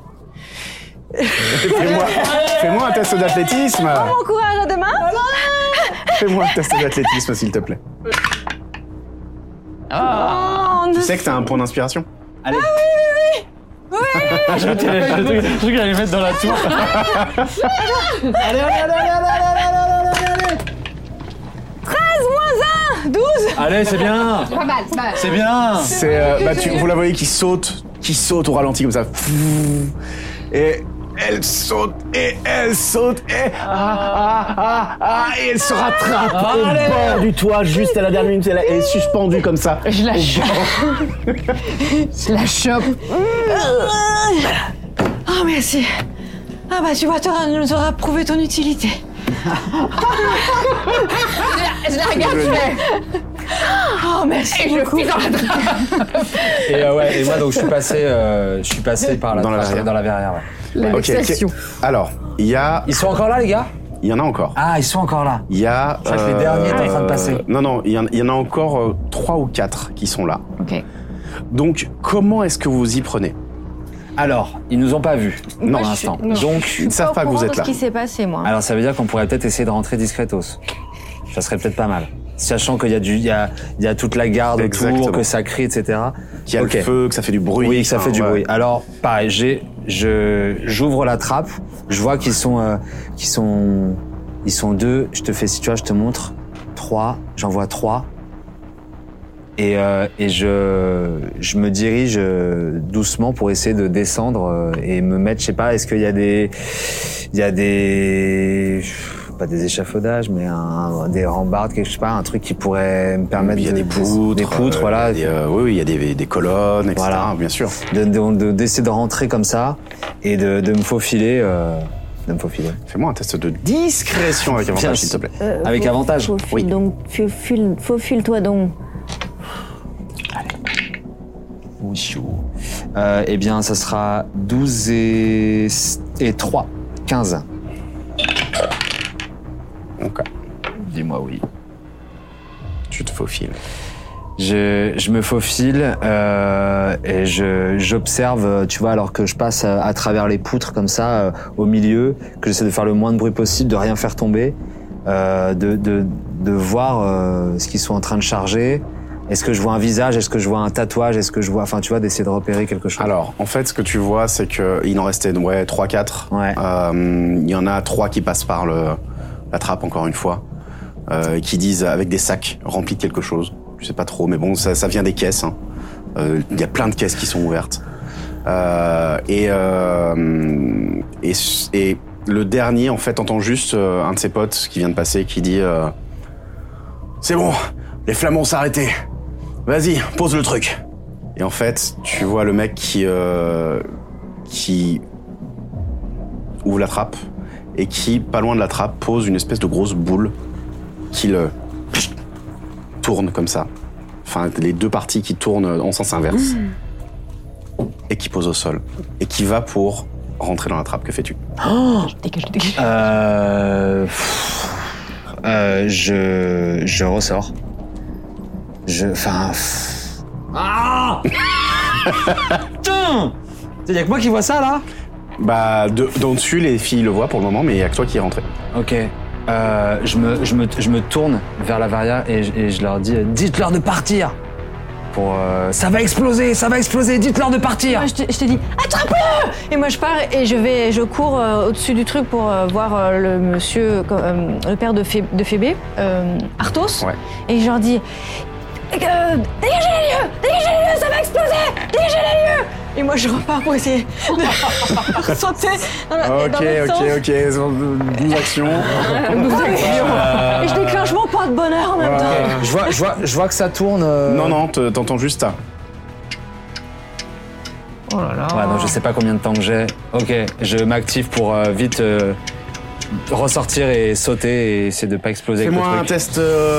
Fais-moi un test d'athlétisme. Bon courage à demain. Fais-moi un test d'athlétisme, s'il te plaît. Oh, Tu sais que t'as un point d'inspiration. Allez. Je crois qu'elle allait le mettre dans la tour. Allez. 12. Allez, c'est bien. C'est pas mal, c'est pas mal. C'est bien. C'est, vous la voyez qui saute au ralenti comme ça. Et elle saute et elle se rattrape au bord du toit juste à la dernière minute. Elle est suspendue comme ça. Je la chope. Je la chope. Oh, merci. Ah bah tu vois, nous auras prouvé ton utilité. Je la regarde, je fais. Oh, merci Et je beaucoup. pisse dans la trappe. Et moi donc je suis passé par la Dans la trappe, verrière. dans la verrière. Ouais. La vexation. Alors, il y a... Ils sont encore là les gars? Il y en a encore. Ah, ils sont encore là. Il y a... Je crois que les derniers étaient en train de passer. Non, il y en a encore 3 ou 4 qui sont là. Ok. Donc, comment est-ce que vous y prenez? Alors, ils nous ont pas vus Non, pour l'instant. non. Donc, Ils ne savent pas que vous êtes Ce là. qui s'est passé, moi. alors ça veut dire qu'on pourrait peut-être essayer de rentrer discretos. Ça serait peut-être pas mal. Sachant qu'il y a il y a toute la garde Exactement. autour, que ça crie, etc. Qu'il y a Ok. le feu, que ça fait du bruit. Oui, que ça fait du ouais. bruit. Alors, pareil, j'ouvre la trappe, je vois qu'ils sont 2. Je te fais, si tu vois, je te montre 3. J'en vois 3. Et je me dirige doucement pour essayer de descendre et me mettre, je sais pas, est-ce qu'il y a des pas des échafaudages, mais des rambardes, quelque chose, un truc qui pourrait me permettre Il y a de des poutres. voilà. Oui, il y a des colonnes, etc. Voilà. Bien sûr. D'essayer de rentrer comme ça et de me faufiler. Fais-moi un test de discrétion avec avantage, s'il te plaît. Avec avantage. Oui. Donc, faufile-toi donc. Eh bien, ça sera 12 et 3. 15. Ok. Dis-moi oui. Tu te faufiles. Je me faufile et j'observe, tu vois, alors que je passe à travers les poutres comme ça, au milieu, que j'essaie de faire le moins de bruit possible, de rien faire tomber, de voir ce qu'ils sont en train de charger. Est-ce que je vois un visage? Est-ce que je vois un tatouage? Est-ce que je vois, enfin, tu vois, d'essayer de repérer quelque chose. Alors, en fait, ce que tu vois, c'est qu'il en restait 3-4. Ouais. Il y en a 3 qui passent par la trappe, encore une fois, qui disent avec des sacs remplis de quelque chose. Je sais pas trop, mais bon, ça vient des caisses. Hein. Il y a plein de caisses qui sont ouvertes. Et le dernier, en fait, entend juste un de ses potes qui vient de passer qui dit c'est bon, les flammes vont s'arrêter. Vas-y, pose le truc. Et en fait, tu vois le mec qui ouvre la trappe et qui, pas loin de la trappe, pose une espèce de grosse boule qui le tourne comme ça. Enfin, les deux parties qui tournent en sens inverse. Et qui pose au sol. Et qui va pour rentrer dans la trappe. Que fais-tu? Dégage. Je ressors. Ah Putain! Y'a que moi qui vois ça, là? Bah, d'en dessus, les filles le voient pour le moment, mais il y a que toi qui es rentré. Ok. Je me tourne vers la verrière et je leur dis, dites-leur de partir. Ça va exploser, dites-leur de partir. Moi, je te dis, attrape-le! Et moi, je pars et je cours au-dessus du truc pour voir le monsieur, le père de Phébé, Arthos. Ouais. Et je leur dis, dégagez les lieux, ça va exploser, dégagez les lieux! Et moi, je repars pour essayer de sauter dans l'autre sens. Ok. 12 actions. Et je déclenche mon pas de bonheur en même temps. Je vois que ça tourne. Non, t'entends juste ça. Oh là là. Ouais, non, je sais pas combien de temps que j'ai. Ok, je m'active pour vite ressortir et sauter et essayer de pas exploser avec le Fais-moi un truc. test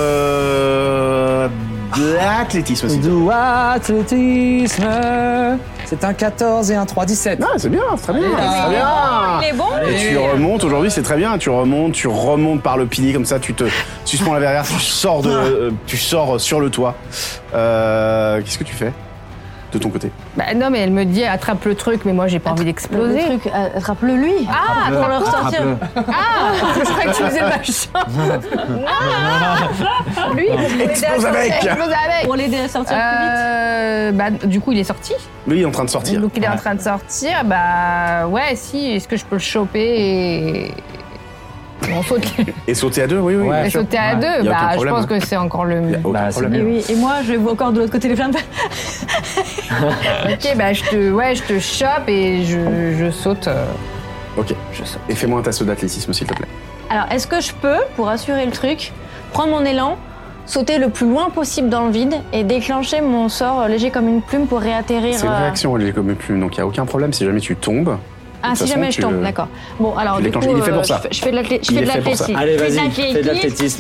d'athlétisme aussi. Athlétisme. C'est un 14 et un 3, 17. Ah, c'est bien, c'est très bien. C'est très bien. Il est bon? Et tu remontes, aujourd'hui c'est très bien, tu remontes par le pilier comme ça, tu suspends la verrière, tu sors sur le toit. Qu'est-ce que tu fais de ton côté? Bah non, mais elle me dit attrape le truc, mais moi j'ai pas envie Le d'exploser. truc, attrape-le lui. Ah, Pour le ressortir. je croyais que tu faisais le machin. Lui, Explose avec. Explose avec. Pour l'aider à sortir plus vite. du coup, il est sorti. Lui, il est en train de sortir. Donc, il est en train de sortir. Ouais, si. Est-ce que je peux le choper et on saute. Et sauter à deux, oui. Et sauter à deux, Y a aucun je problème. pense que c'est encore le mieux. Aucun problème. Et oui, et moi, je vois encore de l'autre côté les flammes. Ok, je te chope et je saute. Ok. Je saute. Et fais-moi un test d'athlétisme, s'il te plaît. Alors, est-ce que je peux, pour assurer le truc, prendre mon élan, sauter le plus loin possible dans le vide et déclencher mon sort léger comme une plume pour réatterrir C'est une réaction, elle est comme une plume, donc il n'y a aucun problème si jamais tu tombes. Ah, si jamais je tombe, d'accord. Bon, alors, du coup, il est fait pour ça. je fais de Il est fait pour ça. l'athlétisme. Allez, vas-y, fais de l'athlétisme.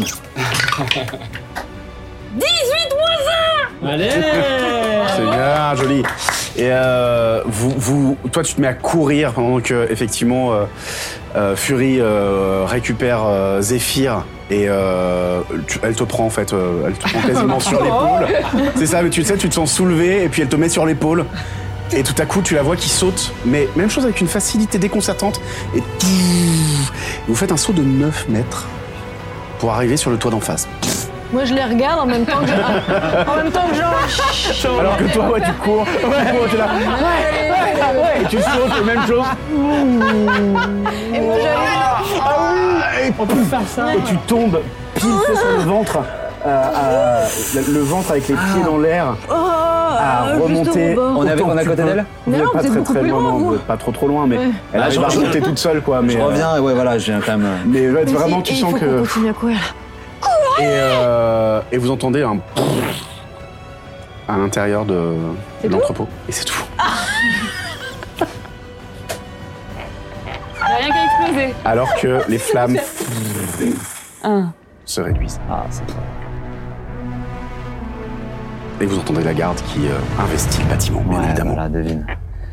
18 Allez C'est bien, joli. Et toi, tu te mets à courir pendant que, effectivement, Fury récupère Zéphyr et elle te prend, en fait, elle te prend quasiment sur l'épaule. C'est ça, mais tu sais, tu te sens soulevé et puis elle te met sur l'épaule. Et tout à coup, tu la vois qui saute, mais même chose avec une facilité déconcertante. Et vous faites un saut de 9 mètres pour arriver sur le toit d'en face. Moi, je les regarde en même temps que genre... Alors que toi, ouais, tu cours, tu es là, et tu sautes, et même chose. Et moi, j'arrive... On peut faire ça. Et tu tombes pile sur le ventre, le ventre avec les pieds dans l'air, à remonter. On est à côté d'elle. Mais non, vous êtes beaucoup plus loin, non, vous. vous êtes pas trop loin, mais elle arrive à je- remonter toute seule, quoi. Mais, Je reviens, ouais, voilà, j'ai quand même. mais ouais, vraiment, tu sens Il faut que... qu'on continue à courir, là. Et vous entendez un à l'intérieur de l'entrepôt. Et c'est tout. Il a rien qu'à exploser. Alors que les flammes se réduisent. Ah, c'est ça. Et vous entendez la garde qui investit le bâtiment, bien Ouais, évidemment. voilà, devine.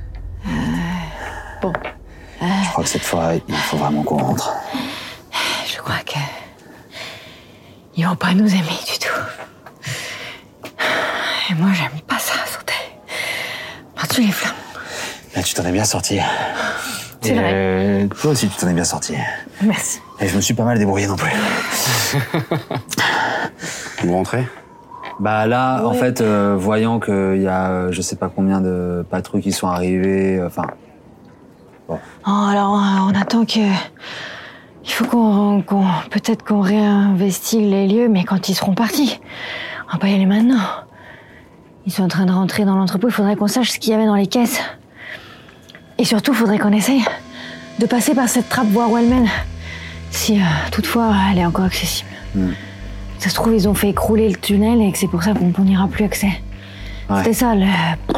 Bon. Je crois que cette fois, il faut vraiment qu'on rentre. Je crois que... Ils vont pas nous aimer du tout. Et moi, j'aime pas ça, sauter par-dessus les flammes. Là, tu t'en es bien sorti. C'est vrai. Toi aussi, tu t'en es bien sorti. Merci. Et je me suis pas mal débrouillé non plus. Vous rentrez? Bah là, en fait, voyant qu'il y a je sais pas combien de patrouilles qui sont arrivées, enfin... Oh, alors, on attend que... Il faut peut-être qu'on réinvestigue les lieux, mais quand ils seront partis. On va pas y aller maintenant. Ils sont en train de rentrer dans l'entrepôt, il faudrait qu'on sache ce qu'il y avait dans les caisses. Et surtout, il faudrait qu'on essaye de passer par cette trappe, voir où elle mène. Si, toutefois, elle est encore accessible. Ça se trouve, ils ont fait écrouler le tunnel et que c'est pour ça qu'on n'ira plus accès. Ouais. C'était ça, le...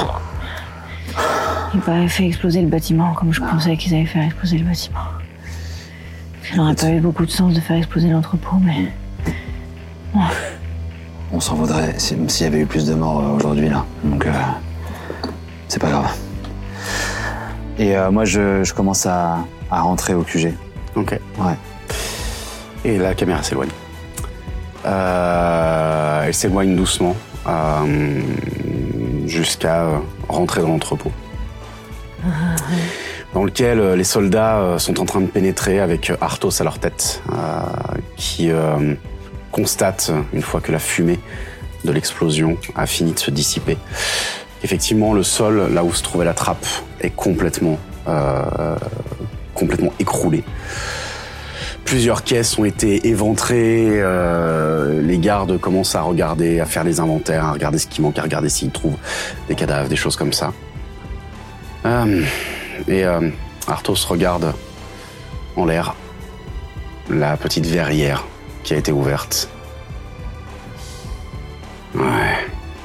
Ils avaient fait exploser le bâtiment, comme je pensais qu'ils allaient faire exploser le bâtiment. Ça n'aurait pas eu beaucoup de sens de faire exploser l'entrepôt, mais... On s'en vaudrait s'il y avait eu plus de morts aujourd'hui, là. Donc, c'est pas grave. Et moi, je commence à rentrer au QG. Ok. Ouais. Et la caméra s'éloigne. Elle s'éloigne doucement jusqu'à rentrer dans l'entrepôt. Dans lequel les soldats sont en train de pénétrer avec Arthos à leur tête, qui constate, une fois que la fumée de l'explosion a fini de se dissiper, qu'effectivement le sol, là où se trouvait la trappe, est complètement écroulé. Plusieurs caisses ont été éventrées, les gardes commencent à regarder, à faire les inventaires, à regarder ce qui manque, à regarder s'ils trouvent des cadavres, des choses comme ça. Et Arthos regarde en l'air la petite verrière qui a été ouverte. Ouais.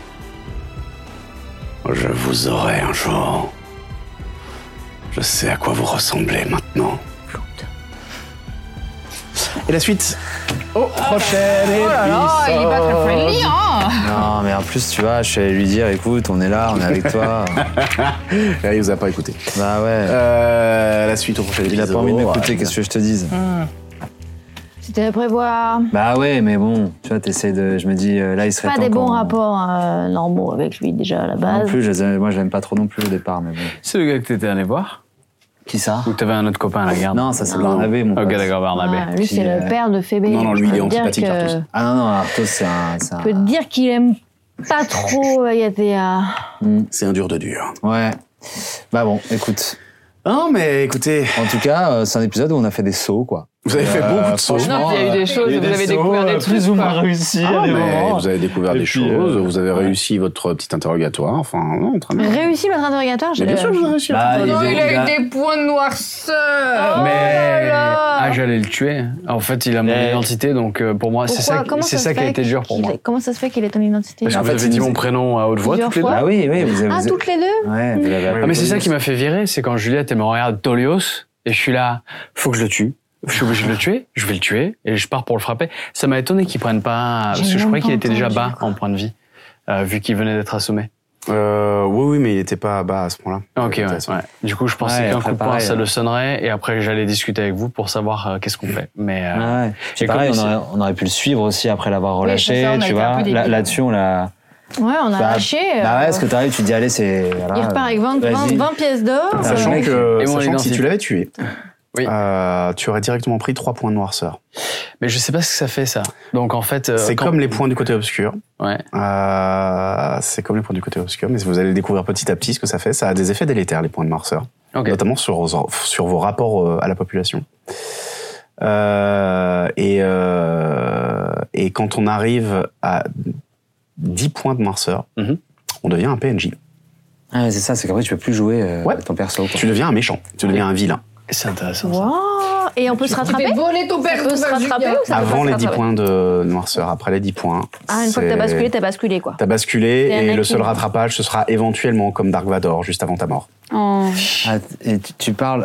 Je vous aurai un jour. Je sais à quoi vous ressemblez maintenant. Et la suite au prochain épisode. il est pas très friendly, hein. Non, mais en plus, tu vois, je suis allé lui dire, écoute, on est là, on est avec toi. Il vous a pas écouté. Bah ouais. La suite au prochain épisode. Il a pas envie de m'écouter, qu'est-ce que je te dise? C'était à prévoir. Bah ouais, mais bon, tu vois, t'essayes de... Je me dis, là, il serait Pas temps des bons qu'on- rapports normaux avec lui, déjà, à la Non base. plus, moi, je l'aime pas trop non plus au départ, mais bon. C'est le gars que t'étais allé voir? Qui ça? Ou t'avais un autre copain à la garde? Non, ça c'est Barnabé, mon pote. Ok, d'accord, Barnabé. Ah, lui, c'est le père de Phébé. Non, non, lui, Je il est peux te dire antipathique, que- Arthos. Ah non, non, Arthos, c'est un... Je peux te dire qu'il aime Pas trop, il y a des... C'est un dur de dur. Ouais. Bah bon, écoute. Non, mais écoutez... En tout cas, c'est un épisode où on a fait des sauts, quoi. Vous avez fait beaucoup de sauts. Non, il y a eu des choses, vous avez découvert des trucs. plus ou moins quoi. réussi à Ah, des mais moments. vous avez découvert Et des puis, choses, vous avez réussi votre petit interrogatoire, enfin, non, très bien. Réussi votre interrogatoire Mais bien sûr que vous avez réussi. Bah, votre il interrogatoire. a- des points de noirceur. Mais j'allais le tuer. En fait, il a mon identité, donc pour moi, c'est ça, Comment c'est se ça qui a fait été dur pour qu'il moi. est- Comment ça se fait qu'il ait ton identité Parce que En vous fait, avez il dit nous- mon prénom à haute voix Plusieurs toutes les deux. fois. Ah oui, vous avez... Ah, toutes les deux Ouais, vous l'avez appelé. Ah, mais c'est ça qui m'a fait virer, c'est quand Juliette elle me regarde Dolios et je suis là, faut que je le tue. Je suis obligé de le tuer, je vais le tuer et je pars pour le frapper. Ça m'a étonné qu'il prenne pas, parce que je croyais qu'il était déjà bas en point de vie, vu qu'il venait d'être assommé. Oui, mais il était pas bas à ce point-là. Ok, ouais. Du coup, je pensais Ouais, qu'un après, coup de poing, pareil, ça hein. le sonnerait et après j'allais discuter avec vous pour savoir qu'est-ce qu'on fait. Mais Ah ouais. C'est et pareil, comme on aurait pu le suivre aussi après l'avoir relâché, c'est ça, on a tu été vois. un peu débiles. Là-dessus, on l'a... Ouais, on a Bah, lâché. Bah ouais, parce que t'arrives, tu te dis, allez, c'est... Voilà, Il repart avec 20 vas-y. 20 pièces d'or. Sachant Ouais. que, Et mon sachant que si identité. tu l'avais tué, Oui. tu aurais directement pris 3 points de noirceur. mais je sais pas ce que ça fait ça. Donc en fait, C'est quand- comme les points du côté obscur. Ouais. C'est comme les points du côté obscur, mais vous allez le découvrir petit à petit ce que ça fait. Ça a des effets délétères, les points de noirceur. Ok. Notamment sur vos rapports à la population. Et quand on arrive à 10 points de noirceur, Mhm. on devient un PNJ. Ah, ouais, c'est ça, c'est qu'après, tu peux plus jouer Ouais. ton perso. quoi. Tu deviens un méchant, tu deviens un vilain. C'est intéressant. Ça. Wow. Et on peut se rattraper volé ton Ça peut se rattraper ou ça peut Avant pas se les 10 rattraper points de noirceur, après les 10 points. Ah, une fois que t'as basculé quoi. T'as basculé C'est un et le acquis. seul rattrapage, ce sera éventuellement comme Dark Vador, juste avant ta mort. Oh. Ah, et tu parles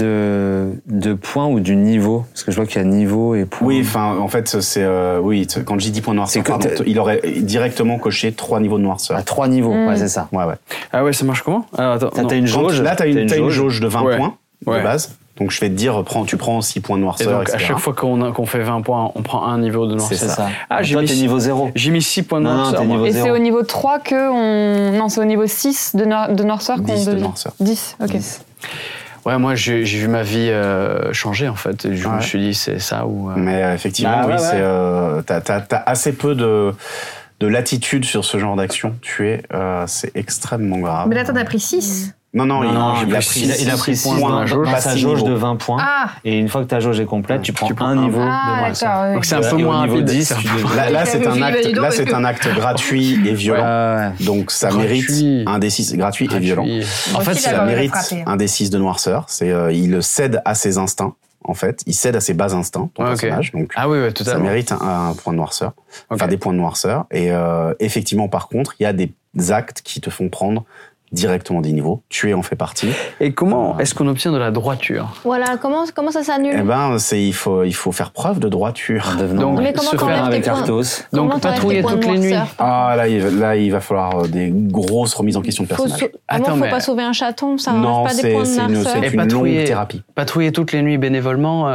de points ou du niveau? Parce que je vois qu'il y a niveau et points. Oui, enfin, en fait, c'est quand je dis 10 points de noirceur, C'est que pardon, t'as- il aurait directement coché 3 niveaux de noirceur. À 3 niveaux, ouais, c'est ça. Ouais, ouais. Ah ouais, ça marche comment? Alors attends. non. T'as une Quand jauge. là, t'as une jauge de 20 Ouais. points Ouais. de base. Donc, je vais te dire, tu prends 6 points de Et noirceur, donc à etc. chaque fois qu'on fait 20 points, on prend un niveau de noirceur. C'est ça. Ah, j'ai Toi, mis t'es six- niveau 0. J'ai mis 6 points de Non, non, noirceur. t'es moi. niveau Et zéro. c'est au niveau 3 que on... Non, c'est au niveau 6 de noirceur qu'on 10 de devient. noirceur. 10, ok. Ouais, moi j'ai vu ma vie changer en fait. Et je me Ouais. suis dit c'est ça ou. Mais effectivement, Ah, oui, ouais, c'est t'as assez peu de latitude sur ce genre d'action. C'est extrêmement grave. Mais là, t'en as pris 6. Non, Non, il a j'ai pris Il a pris 6 points points dans la jauge, dans pas sa six jauge niveaux. de 20 points. Ah, Et une fois que ta jauge est complète, tu prends un niveau de ah noirceur. d'accord. Donc c'est un Et peu au moins niveau rapide. 10, C'est un tu peu- devrais- Là, c'est un Vas-y, acte, donc, là, parce c'est que- un acte gratuit et violent. Ouais. Donc, ça Gratuit. mérite un D6 gratuit et violent. En fait, aussi, c'est là, Ça j'aurais mérite frappé. un D6 de noirceur. Il cède à ses instincts, en fait. Il cède à ses bas instincts, ton Ouais, ok. personnage. Donc, Ah oui, ouais, ça totalement. mérite un point de noirceur. Enfin, Ok. des points de noirceur. Et effectivement, par contre, il y a des actes qui te font prendre directement des niveaux. Tuer en fait partie. Et comment est-ce qu'on obtient de la droiture? Voilà, comment ça s'annule Eh ben, il faut faire preuve de droiture. En devenant Donc, Mais comment se t'enlèves faire tes avec points Arthos. Comment Donc, t'enlèves patrouiller tes points de toutes les nuits. noirceur Ah, là, il va falloir des grosses remises en question de personnage. Attends, Comment faut mais- pas sauver un chaton Ça Non, enlève pas des points de c'est une noirceur Et longue patrouiller. thérapie. Patrouiller toutes les nuits bénévolement.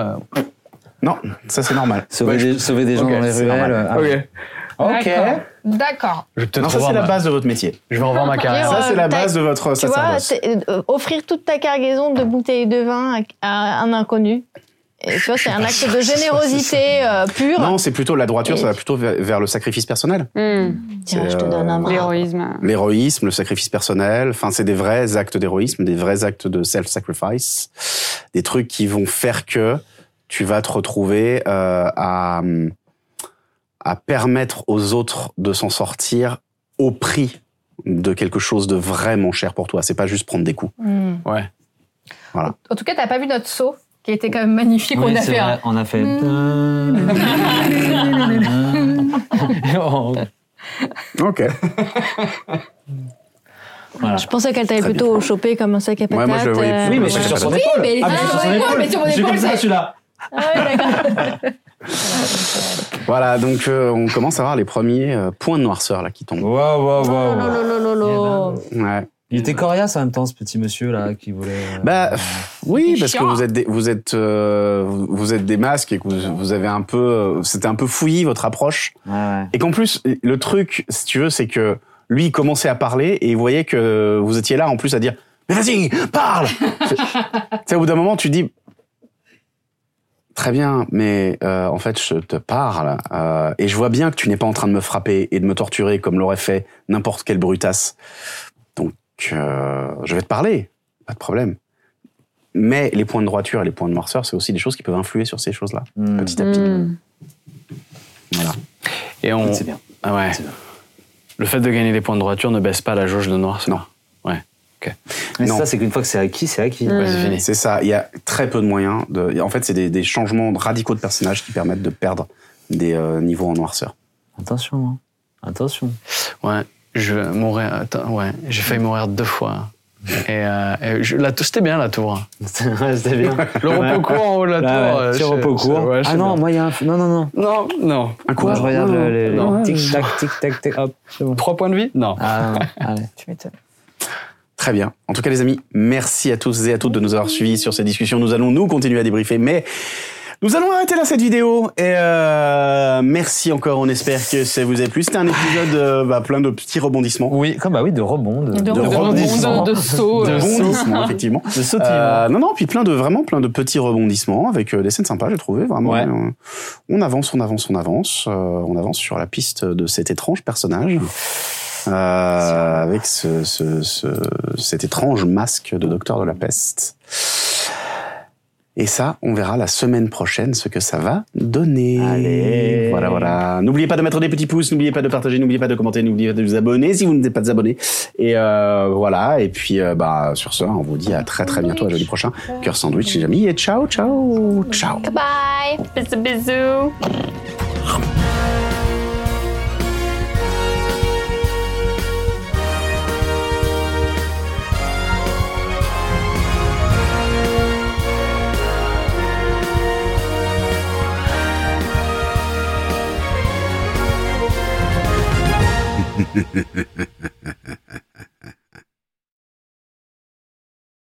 Non, ça c'est normal. Sauver des gens Ok, dans les c'est ruelles. normal. Ah, Ok. Ok. D'accord. Je vais peut-être Non, ça revoir c'est la ma- base de votre métier. Je vais revoir ma carrière. Ça c'est la t'as- base de votre Tu vois, sacerdoce. offrir toute ta cargaison de bouteilles de vin à un inconnu. Et tu vois, c'est un acte de générosité pure. Non, c'est plutôt la droiture, Et- ça va plutôt vers le sacrifice personnel. Tiens, c'est, je te donne un bras. L'héroïsme. L'héroïsme, le sacrifice personnel, enfin c'est des vrais actes d'héroïsme, des vrais actes de self-sacrifice, des trucs qui vont faire que tu vas te retrouver à permettre aux autres de s'en sortir au prix de quelque chose de vraiment cher pour toi. C'est pas juste prendre des coups. Ouais. En tout cas, t'as pas vu notre saut qui était quand même magnifique. Oui, On a c'est fait vrai, un. on a fait. Ok. Voilà. Je pensais qu'elle t'avait Très plutôt chopé comme un sac à Ouais, patates. moi, je le voyais plus. Oui, mais Ouais, c'est sur son ouais. épaule. mais il est Ah, mais c'est sur son sur épaule. mais sur mon C'est épaule, comme ça, c'est- celui-là. Ah ouais, d'accord. Voilà, donc on commence à avoir les premiers points de noirceur là qui tombent. Wow, wow, Oh wow. lololololo. Ouais. Il était coriace en même temps, ce petit monsieur là qui voulait. Bah oui, C'est parce que chiant. vous êtes des masques et que vous avez un peu, c'était un peu fouillis votre approche. Ouais. Et qu'en plus, le truc, si tu veux, c'est que lui il commençait à parler et il voyait que vous étiez là en plus à dire mais vas-y, parle. Tu sais, au bout d'un moment, tu dis Très bien, mais en fait, je te parle et je vois bien que tu n'es pas en train de me frapper et de me torturer comme l'aurait fait n'importe quel brutasse. Donc, je vais te parler, pas de problème. Mais les points de droiture et les points de noirceur, c'est aussi des choses qui peuvent influer sur ces choses-là, petit à petit. Voilà. Et on... C'est bien. Ah ouais. C'est bien. Le fait de gagner des points de droiture ne baisse pas la jauge de noirceur. Non. Ouais. Ok. Mais Non. ça, c'est qu'une fois que c'est acquis, c'est acquis. Ouais, c'est fini. C'est ça, il y a très peu de moyens. En fait, c'est des changements radicaux de personnages qui permettent de perdre des niveaux en noirceur. Attention, hein. Attention. Ouais. Je vais mourir. Attends, ouais. J'ai failli mourir 2 fois. Et c'était bien la tour. C'était bien. Le repos court en haut de la tour. Petit repos court. Ouais, Ah non, moi, il y a un... Non. Non. Un coup, Moi, je regarde les non. tic-tac, tic-tac, hop. C'est bon. 3 points de vie? Non. Ah non, allez. Tu m'étonnes. Très bien. En tout cas, les amis, merci à tous et à toutes de nous avoir suivis sur ces discussions. Nous allons continuer à débriefer, mais nous allons arrêter là cette vidéo. Et merci encore. On espère que ça vous a plu. C'était un épisode plein de petits rebondissements. Oui, de rebond. De rebondissements. De saut. De rebondissements, effectivement. De sautillement. Non, puis plein de petits rebondissements avec des scènes sympas, j'ai trouvé, vraiment. Ouais. On avance. On avance sur la piste de cet étrange personnage. Avec cet étrange masque de docteur de la peste. Et ça, on verra la semaine prochaine ce que ça va donner. Allez. Voilà. N'oubliez pas de mettre des petits pouces, n'oubliez pas de partager, n'oubliez pas de commenter, n'oubliez pas de vous abonner si vous n'êtes pas abonnés. Et voilà. Et puis, sur ce, on vous dit à très très bientôt, à jeudi prochain. Cœur sandwich, les amis. Et ciao. Bye. Bisous. Ha ha ha ha.